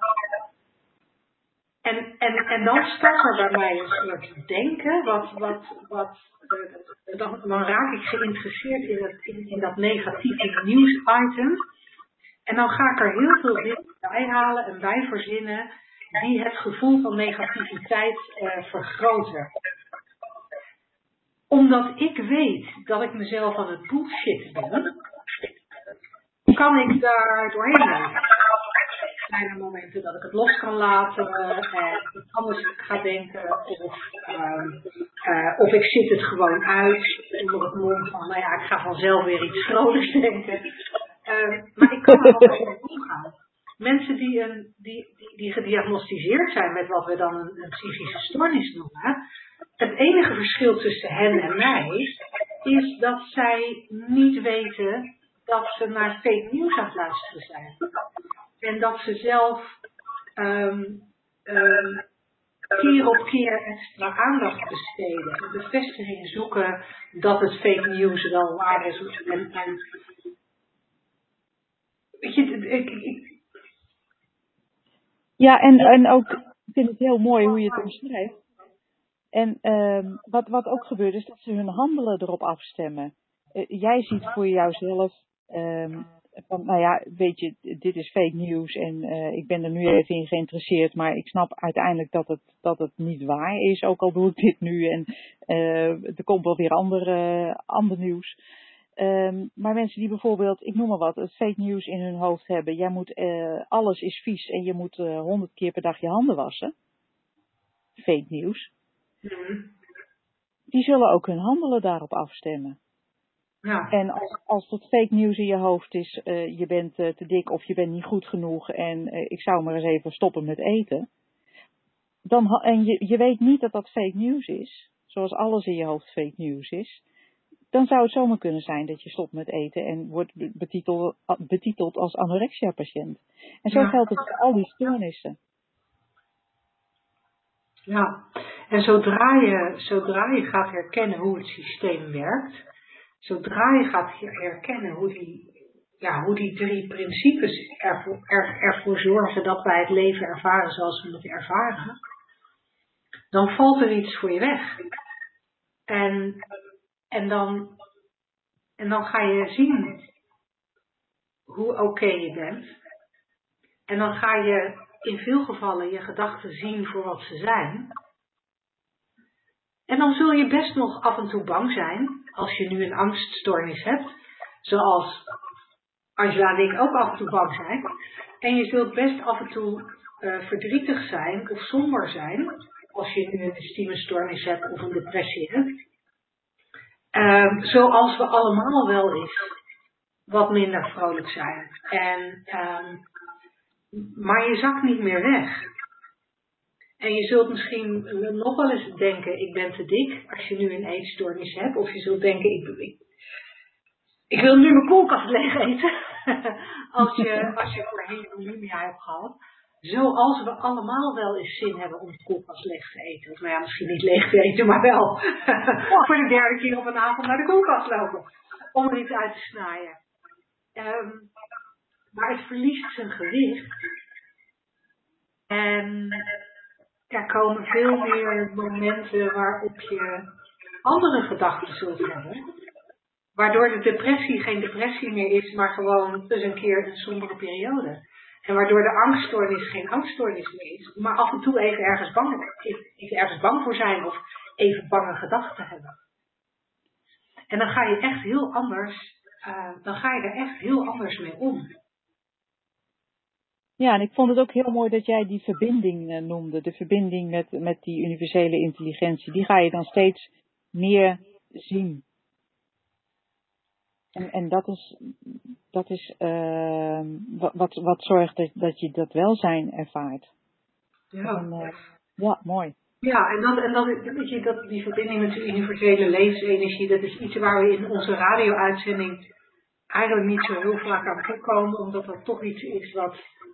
En dan start er bij mij een soort denken, dan raak ik geïnteresseerd in dat negatieve nieuwsitem. En dan ga ik er heel veel dingen bij halen en bij verzinnen die het gevoel van negativiteit vergroten. Omdat ik weet dat ik mezelf aan het bullshitten ben, kan ik daar doorheen leven. Er zijn er momenten dat ik het los kan laten en anders ga denken of ik zit het gewoon uit onder het mond van, ik ga vanzelf weer iets vrolijks denken. Maar ik kan er anders mee omgaan. Mensen die gediagnosticeerd zijn met wat we dan een psychische stoornis noemen, het enige verschil tussen hen en mij is dat zij niet weten dat ze naar fake news aan het luisteren zijn. En dat ze zelf keer op keer extra aandacht besteden. En bevestiging zoeken dat het fake news wel waar is. Weet je, Ja, en ook, ik vind het heel mooi hoe je het omschrijft. En wat ook gebeurt is dat ze hun handelen erop afstemmen. Jij ziet voor jouzelf van, weet je, dit is fake news en ik ben er nu even in geïnteresseerd, maar ik snap uiteindelijk dat het niet waar is, ook al doe ik dit nu en er komt wel weer ander nieuws. Maar mensen die bijvoorbeeld, ik noem maar wat, het fake news in hun hoofd hebben, jij moet, alles is vies en je moet 100 keer per dag je handen wassen. Fake nieuws. Die zullen ook hun handelen daarop afstemmen. Ja. En als het fake nieuws in je hoofd is, je bent te dik of je bent niet goed genoeg en ik zou maar eens even stoppen met eten. En je weet niet dat dat fake nieuws is, zoals alles in je hoofd fake nieuws is. Dan zou het zomaar kunnen zijn dat je stopt met eten en wordt betiteld als anorexia-patiënt. En zo geldt het voor al die stoornissen. Ja, en zodra je gaat herkennen hoe het systeem werkt, zodra je gaat herkennen hoe die 3 principes ervoor zorgen dat wij het leven ervaren zoals we het ervaren, dan valt er iets voor je weg. En dan ga je zien hoe oké je bent. En dan ga je in veel gevallen je gedachten zien voor wat ze zijn. En dan zul je best nog af en toe bang zijn, als je nu een angststoornis hebt, zoals Angela en ik ook af en toe bang zijn. En je zult best af en toe verdrietig zijn of somber zijn, als je nu een esteemestoornis hebt of een depressie hebt. Zoals we allemaal wel eens wat minder vrolijk zijn. Maar je zakt niet meer weg. En je zult misschien nog wel eens denken, ik ben te dik, als je nu een eetstoornis hebt. Of je zult denken, ik wil nu mijn koelkast leeg eten. als je voorheen bulimia hebt gehad. Zoals we allemaal wel eens zin hebben om de koelkast leeg te eten. Of misschien niet leeg te eten, maar wel voor de 3e keer op een avond naar de koelkast lopen. Om er iets uit te snijden. Maar het verliest zijn gewicht. En er komen veel meer momenten waarop je andere gedachten zult hebben. Waardoor de depressie geen depressie meer is, maar gewoon dus een keer een sombere periode. En waardoor de angststoornis geen angststoornis meer is, maar af en toe even ergens bang voor zijn of even bange gedachten hebben. En dan ga je echt heel anders, er echt heel anders mee om. Ja, en ik vond het ook heel mooi dat jij die verbinding noemde. De verbinding met die universele intelligentie. Die ga je dan steeds meer zien. En dat is wat zorgt dat je dat welzijn ervaart. Ja. Ja, mooi. Ja, en dat weet je, dat die verbinding met de universele levensenergie, dat is iets waar we in onze radio-uitzending eigenlijk niet zo heel vaak aan toekomen, omdat dat toch iets is wat,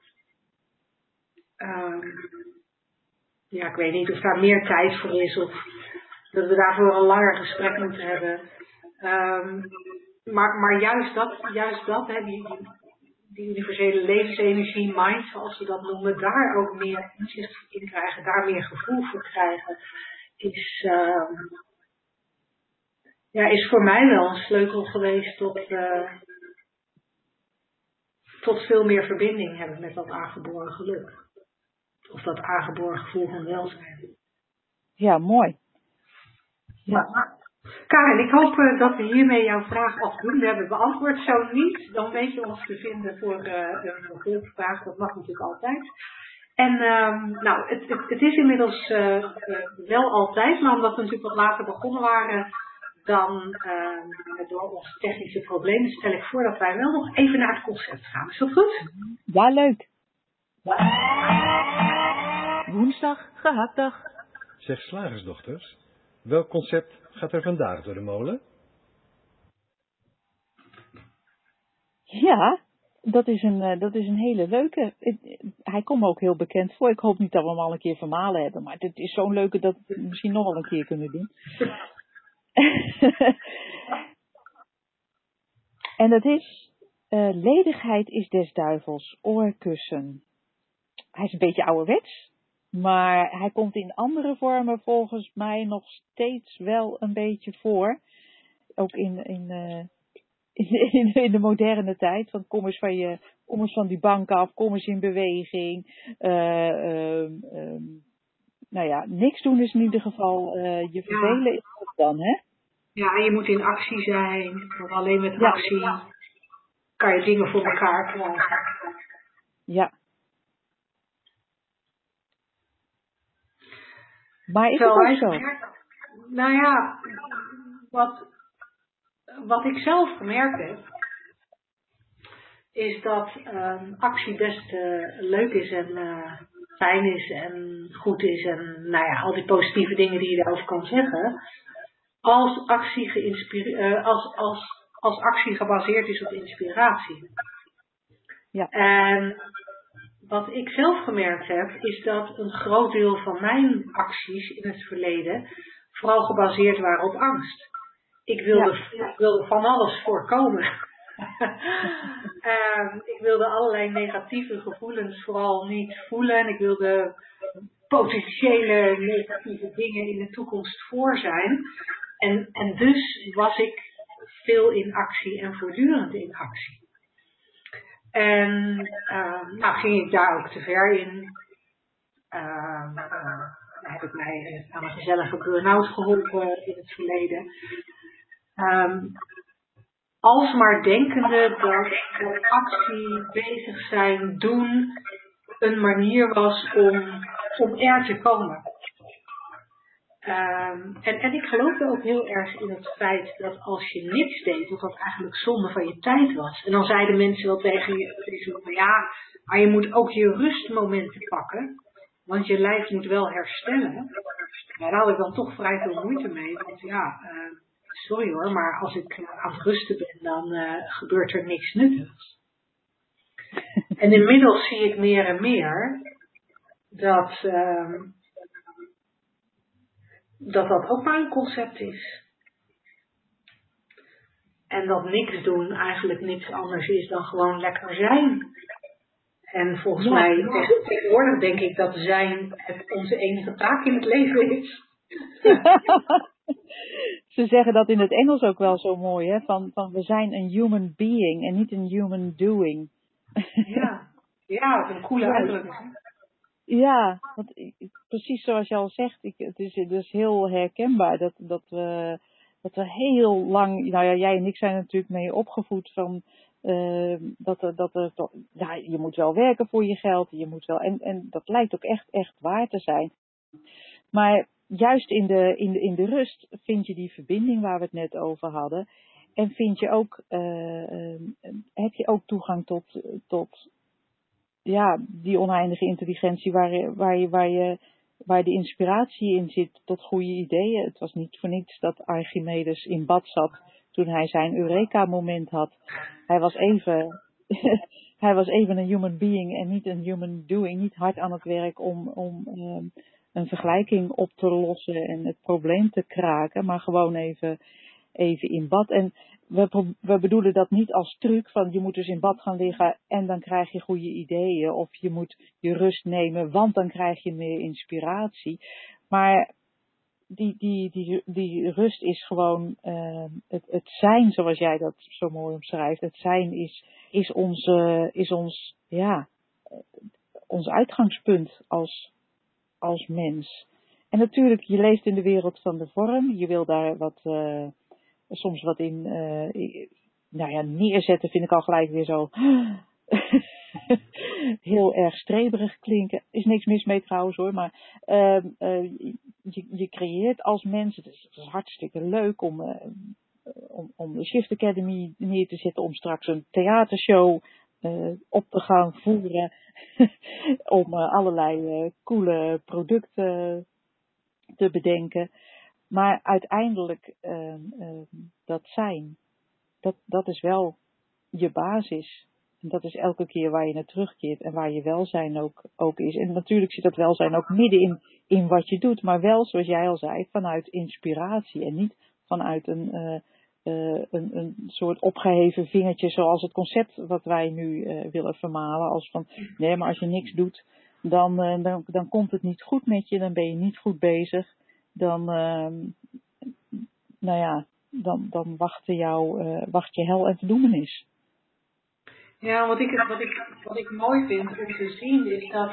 ik weet niet of daar meer tijd voor is of dat we daarvoor een langer gesprek moeten hebben. Maar juist dat, hè, die universele levensenergie, mind, zoals ze dat noemen, daar ook meer inzicht in krijgen, daar meer gevoel voor krijgen, is voor mij wel een sleutel geweest tot veel meer verbinding hebben met dat aangeboren geluk. Of dat aangeboren gevoel van welzijn. Ja, mooi. Ja. Karin, ik hoop dat we hiermee jouw vraag afdoende hebben beantwoord. Zo niet, dan weet je ons te vinden voor een vervolgvraag. Dat mag natuurlijk altijd. En het is inmiddels wel altijd, maar omdat we natuurlijk wat later begonnen waren dan door onze technische problemen, stel ik voor dat wij wel nog even naar het concept gaan. Is dat goed? Ja, leuk. Woensdag, gehaktdag. Zeg slagersdochters, welk concept gaat er vandaag door de molen? Ja, dat is een hele leuke. Hij komt me ook heel bekend voor. Ik hoop niet dat we hem al een keer vermalen hebben, maar dit is zo'n leuke dat we het misschien nog wel een keer kunnen doen. En dat is ledigheid is des duivels oorkussen. Hij is een beetje ouderwets, maar hij komt in andere vormen volgens mij nog steeds wel een beetje voor. Ook in de moderne tijd. Van kom eens van die bank af, kom eens in beweging. Niks doen is in ieder geval je vervelen is het dan, hè? Ja, en je moet in actie zijn. Want alleen met actie kan je dingen voor elkaar krijgen. Ja. Maar is het ook zo? Nou ja, wat ik zelf gemerkt heb, is dat actie best leuk is en fijn is en goed is en al die positieve dingen die je daarover kan zeggen. Als actie gebaseerd is op inspiratie. Ja. En wat ik zelf gemerkt heb, is dat een groot deel van mijn acties in het verleden vooral gebaseerd waren op angst. Ik wilde van alles voorkomen. Ik wilde allerlei negatieve gevoelens vooral niet voelen. En ik wilde potentiële negatieve dingen in de toekomst voor zijn. En dus was ik veel in actie en voortdurend in actie. En ging ik daar ook te ver in. Heb ik mij aan een gezellige burn-out geholpen in het verleden. Alsmaar denkende dat actie, bezig zijn, doen een manier was om er te komen. En ik geloofde ook heel erg in het feit dat als je niks deed, dat eigenlijk zonde van je tijd was. En dan zeiden mensen wel tegen je, maar je moet ook je rustmomenten pakken, want je lijf moet wel herstellen. Daar had ik dan toch vrij veel moeite mee, want sorry hoor, maar als ik aan het rusten ben, dan gebeurt er niks nuttigs. En inmiddels zie ik meer en meer dat ook maar een concept is. En dat niks doen eigenlijk niks anders is dan gewoon lekker zijn. En volgens mij, tegenwoordig denk ik dat zijn onze enige taak in het leven is. Ze zeggen dat in het Engels ook wel zo mooi, hè? Van we zijn een human being en niet een human doing. Ja, dat is een coole uitdrukking. Ja, want precies zoals je al zegt, het is heel herkenbaar dat we dat we heel lang, nou ja, jij en ik zijn er natuurlijk mee opgevoed van je moet wel werken voor je geld, je moet wel, en dat lijkt ook echt waar te zijn. Maar juist in de rust vind je die verbinding waar we het net over hadden. En vind je ook, heb je ook toegang tot die oneindige intelligentie waar de inspiratie in zit tot goede ideeën. Het was niet voor niets dat Archimedes in bad zat toen hij zijn Eureka-moment had. Hij was even een human being en niet een human doing. Niet hard aan het werk om een vergelijking op te lossen en het probleem te kraken, maar gewoon even in bad. En we bedoelen dat niet als truc van je moet dus in bad gaan liggen en dan krijg je goede ideeën. Of je moet je rust nemen, want dan krijg je meer inspiratie. Maar die rust is gewoon het zijn, zoals jij dat zo mooi omschrijft. Het zijn is ons uitgangspunt als mens. En natuurlijk, je leeft in de wereld van de vorm. Je wil daar soms wat in neerzetten, vind ik al gelijk weer zo heel erg streberig klinken. Is niks mis mee trouwens hoor, maar je creëert als mens. Het is hartstikke leuk om de Shift Academy neer te zetten, om straks een theatershow op te gaan voeren, om allerlei coole producten te bedenken. Maar uiteindelijk dat zijn, dat is wel je basis. En dat is elke keer waar je naar terugkeert en waar je welzijn ook is. En natuurlijk zit dat welzijn ook midden in wat je doet. Maar wel, zoals jij al zei, vanuit inspiratie. En niet vanuit een soort opgeheven vingertje zoals het concept wat wij nu willen vermalen. Als van, nee, maar als je niks doet, dan komt het niet goed met je. Dan ben je niet goed bezig. Dan wacht je hel en verdoemenis. Ja, wat ik mooi vind om te zien is dat,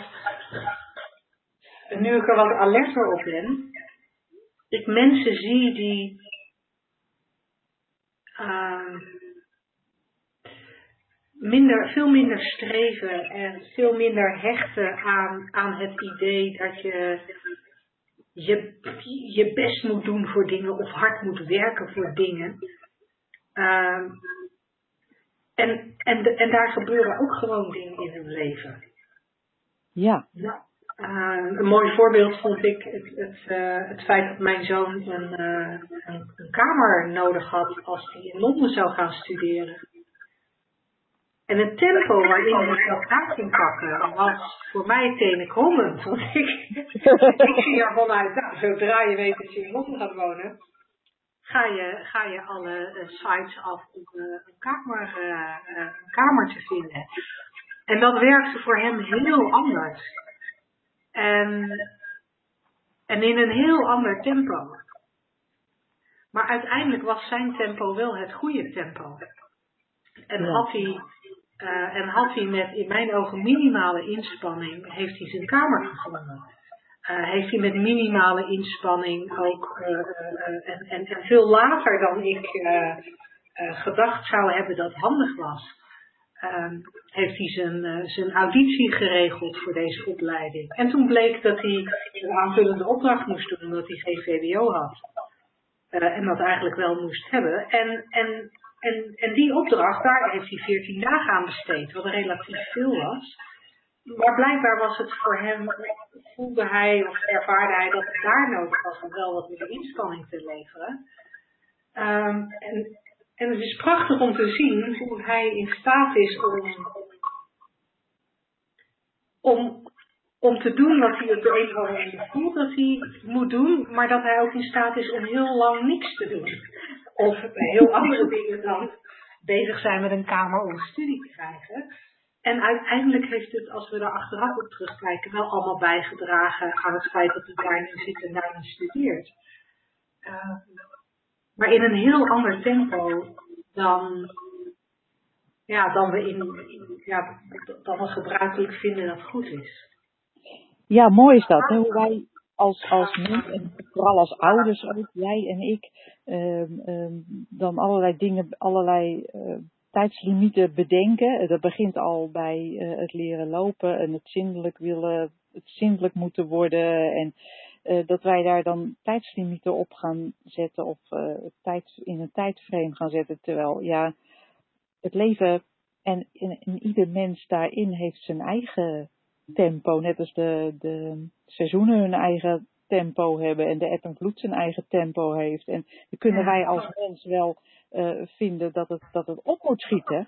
nu ik er wat alerter op ben, ik mensen zie die veel minder streven en veel minder hechten aan het idee dat je best moet doen voor dingen of hard moet werken voor dingen. En daar gebeuren ook gewoon dingen in hun leven. Ja. Een mooi voorbeeld vond ik het feit dat mijn zoon een kamer nodig had als hij in Londen zou gaan studeren. En het tempo waarin hij dat aan ging pakken was voor mij tenenkrommend. Want ik ging ervan uit, zodra je weet dat je in Londen gaat wonen, ga je alle sites af om een kamer te vinden. En dat werkte voor hem heel anders. En in een heel ander tempo. Maar uiteindelijk was zijn tempo wel het goede tempo. En had hij met, in mijn ogen, minimale inspanning, heeft hij zijn kamer gevonden. Heeft hij met minimale inspanning ook, en veel later dan ik gedacht zou hebben dat handig was, heeft hij zijn auditie geregeld voor deze opleiding. En toen bleek dat hij een aanvullende opdracht moest doen, omdat hij geen VWO had. En dat eigenlijk wel moest hebben. En die opdracht, daar heeft hij 14 dagen aan besteed, wat relatief veel was. Maar blijkbaar was het voor hem, voelde hij of ervaarde hij dat het daar nodig was om wel wat meer inspanning te leveren. En het is prachtig om te zien hoe hij in staat is om te doen wat hij op de een of andere manier voelt dat hij moet doen, maar dat hij ook in staat is om heel lang niks te doen. Of heel andere dingen dan bezig zijn met een kamer om een studie te krijgen. En uiteindelijk heeft het, als we daar achteraf op terugkijken, wel allemaal bijgedragen aan het feit dat hij daar nu zit en daar nu studeert. Maar in een heel ander tempo dan we gebruikelijk vinden dat goed is. Ja, mooi is dat. Hè? Hoe wij als mens, en vooral als ouders ook, jij en ik, dan allerlei dingen, tijdslimieten bedenken. Dat begint al bij het leren lopen en het zindelijk moeten worden. En dat wij daar dan tijdslimieten op gaan zetten of in een tijdframe gaan zetten. Terwijl het leven en ieder mens daarin heeft zijn eigen tempo. Net als de seizoenen hun eigen tempo hebben en de eb en vloed zijn eigen tempo heeft. En dan kunnen wij als mens wel vinden dat het op moet schieten.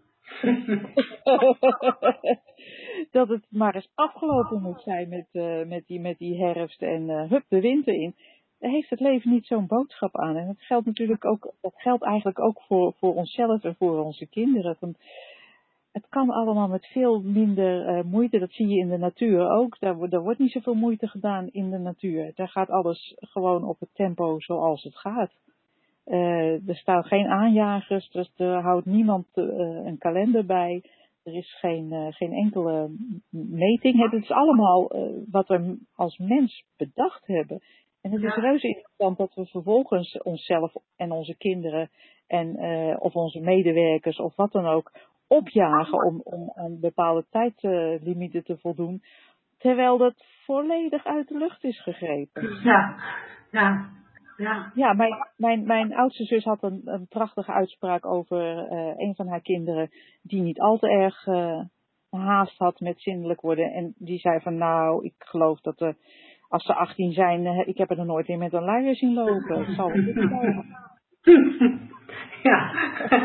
Dat het maar eens afgelopen moet zijn met die herfst en de winter in. Daar heeft het leven niet zo'n boodschap aan. En dat geldt natuurlijk ook, dat geldt eigenlijk ook voor onszelf en voor onze kinderen. Want het kan allemaal met veel minder moeite. Dat zie je in de natuur ook. Daar wordt niet zoveel moeite gedaan in de natuur. Daar gaat alles gewoon op het tempo zoals het gaat. Er staan geen aanjagers, dus er houdt niemand een kalender bij. Er is geen enkele meting. Het is allemaal wat we als mens bedacht hebben. En het is reuze interessant dat we vervolgens onszelf en onze kinderen of onze medewerkers of wat dan ook opjagen om aan bepaalde tijdlimieten te voldoen. Terwijl dat volledig uit de lucht is gegrepen. Ja, mijn oudste zus had een prachtige uitspraak over een van haar kinderen die niet al te erg haast had met zindelijk worden. En die zei van ik geloof dat als ze 18 zijn, ik heb er nog nooit in met een luier zien lopen. Het zal wel goed komen. Ja.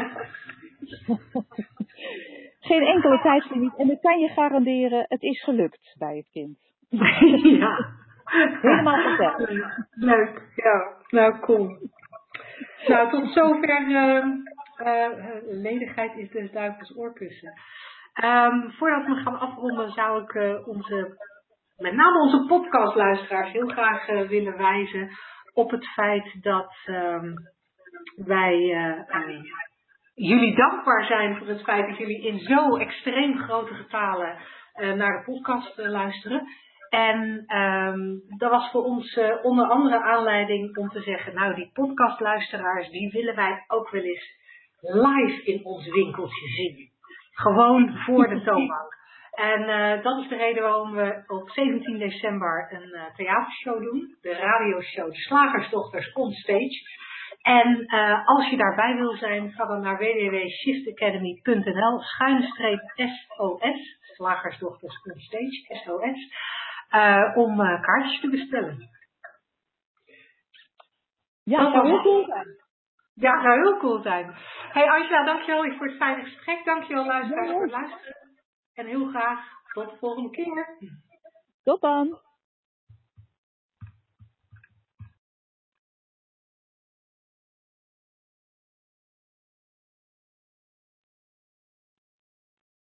Geen enkele tijdslimiet. En ik kan je garanderen, het is gelukt bij het kind. Ja. Helemaal verteld. Leuk, ja. Nou, cool. Nou, tot zover ledigheid is des duivels oorkussen. Voordat we gaan afronden zou ik met name onze podcastluisteraars heel graag willen wijzen op het feit dat wij jullie dankbaar zijn voor het feit dat jullie in zo extreem grote getalen naar de podcast luisteren. En dat was voor ons onder andere aanleiding om te zeggen, die podcastluisteraars, die willen wij ook wel eens live in ons winkeltje zien. Gewoon voor de toonbank. En dat is de reden waarom we op 17 december een theatershow doen. De radioshow De Slagersdochters on Stage. En als je daarbij wil zijn, ga dan naar www.shiftacademy.nl/SOS, Slagersdochters on Stage, SOS, om kaartjes te bestellen. Ja, dat zou heel cool zijn. Ja, zou heel cool zijn. Hey Angela, dankjewel voor het fijne gesprek. Dankjewel luisteraars voor het luisteren. En heel graag tot de volgende keer. Tot dan.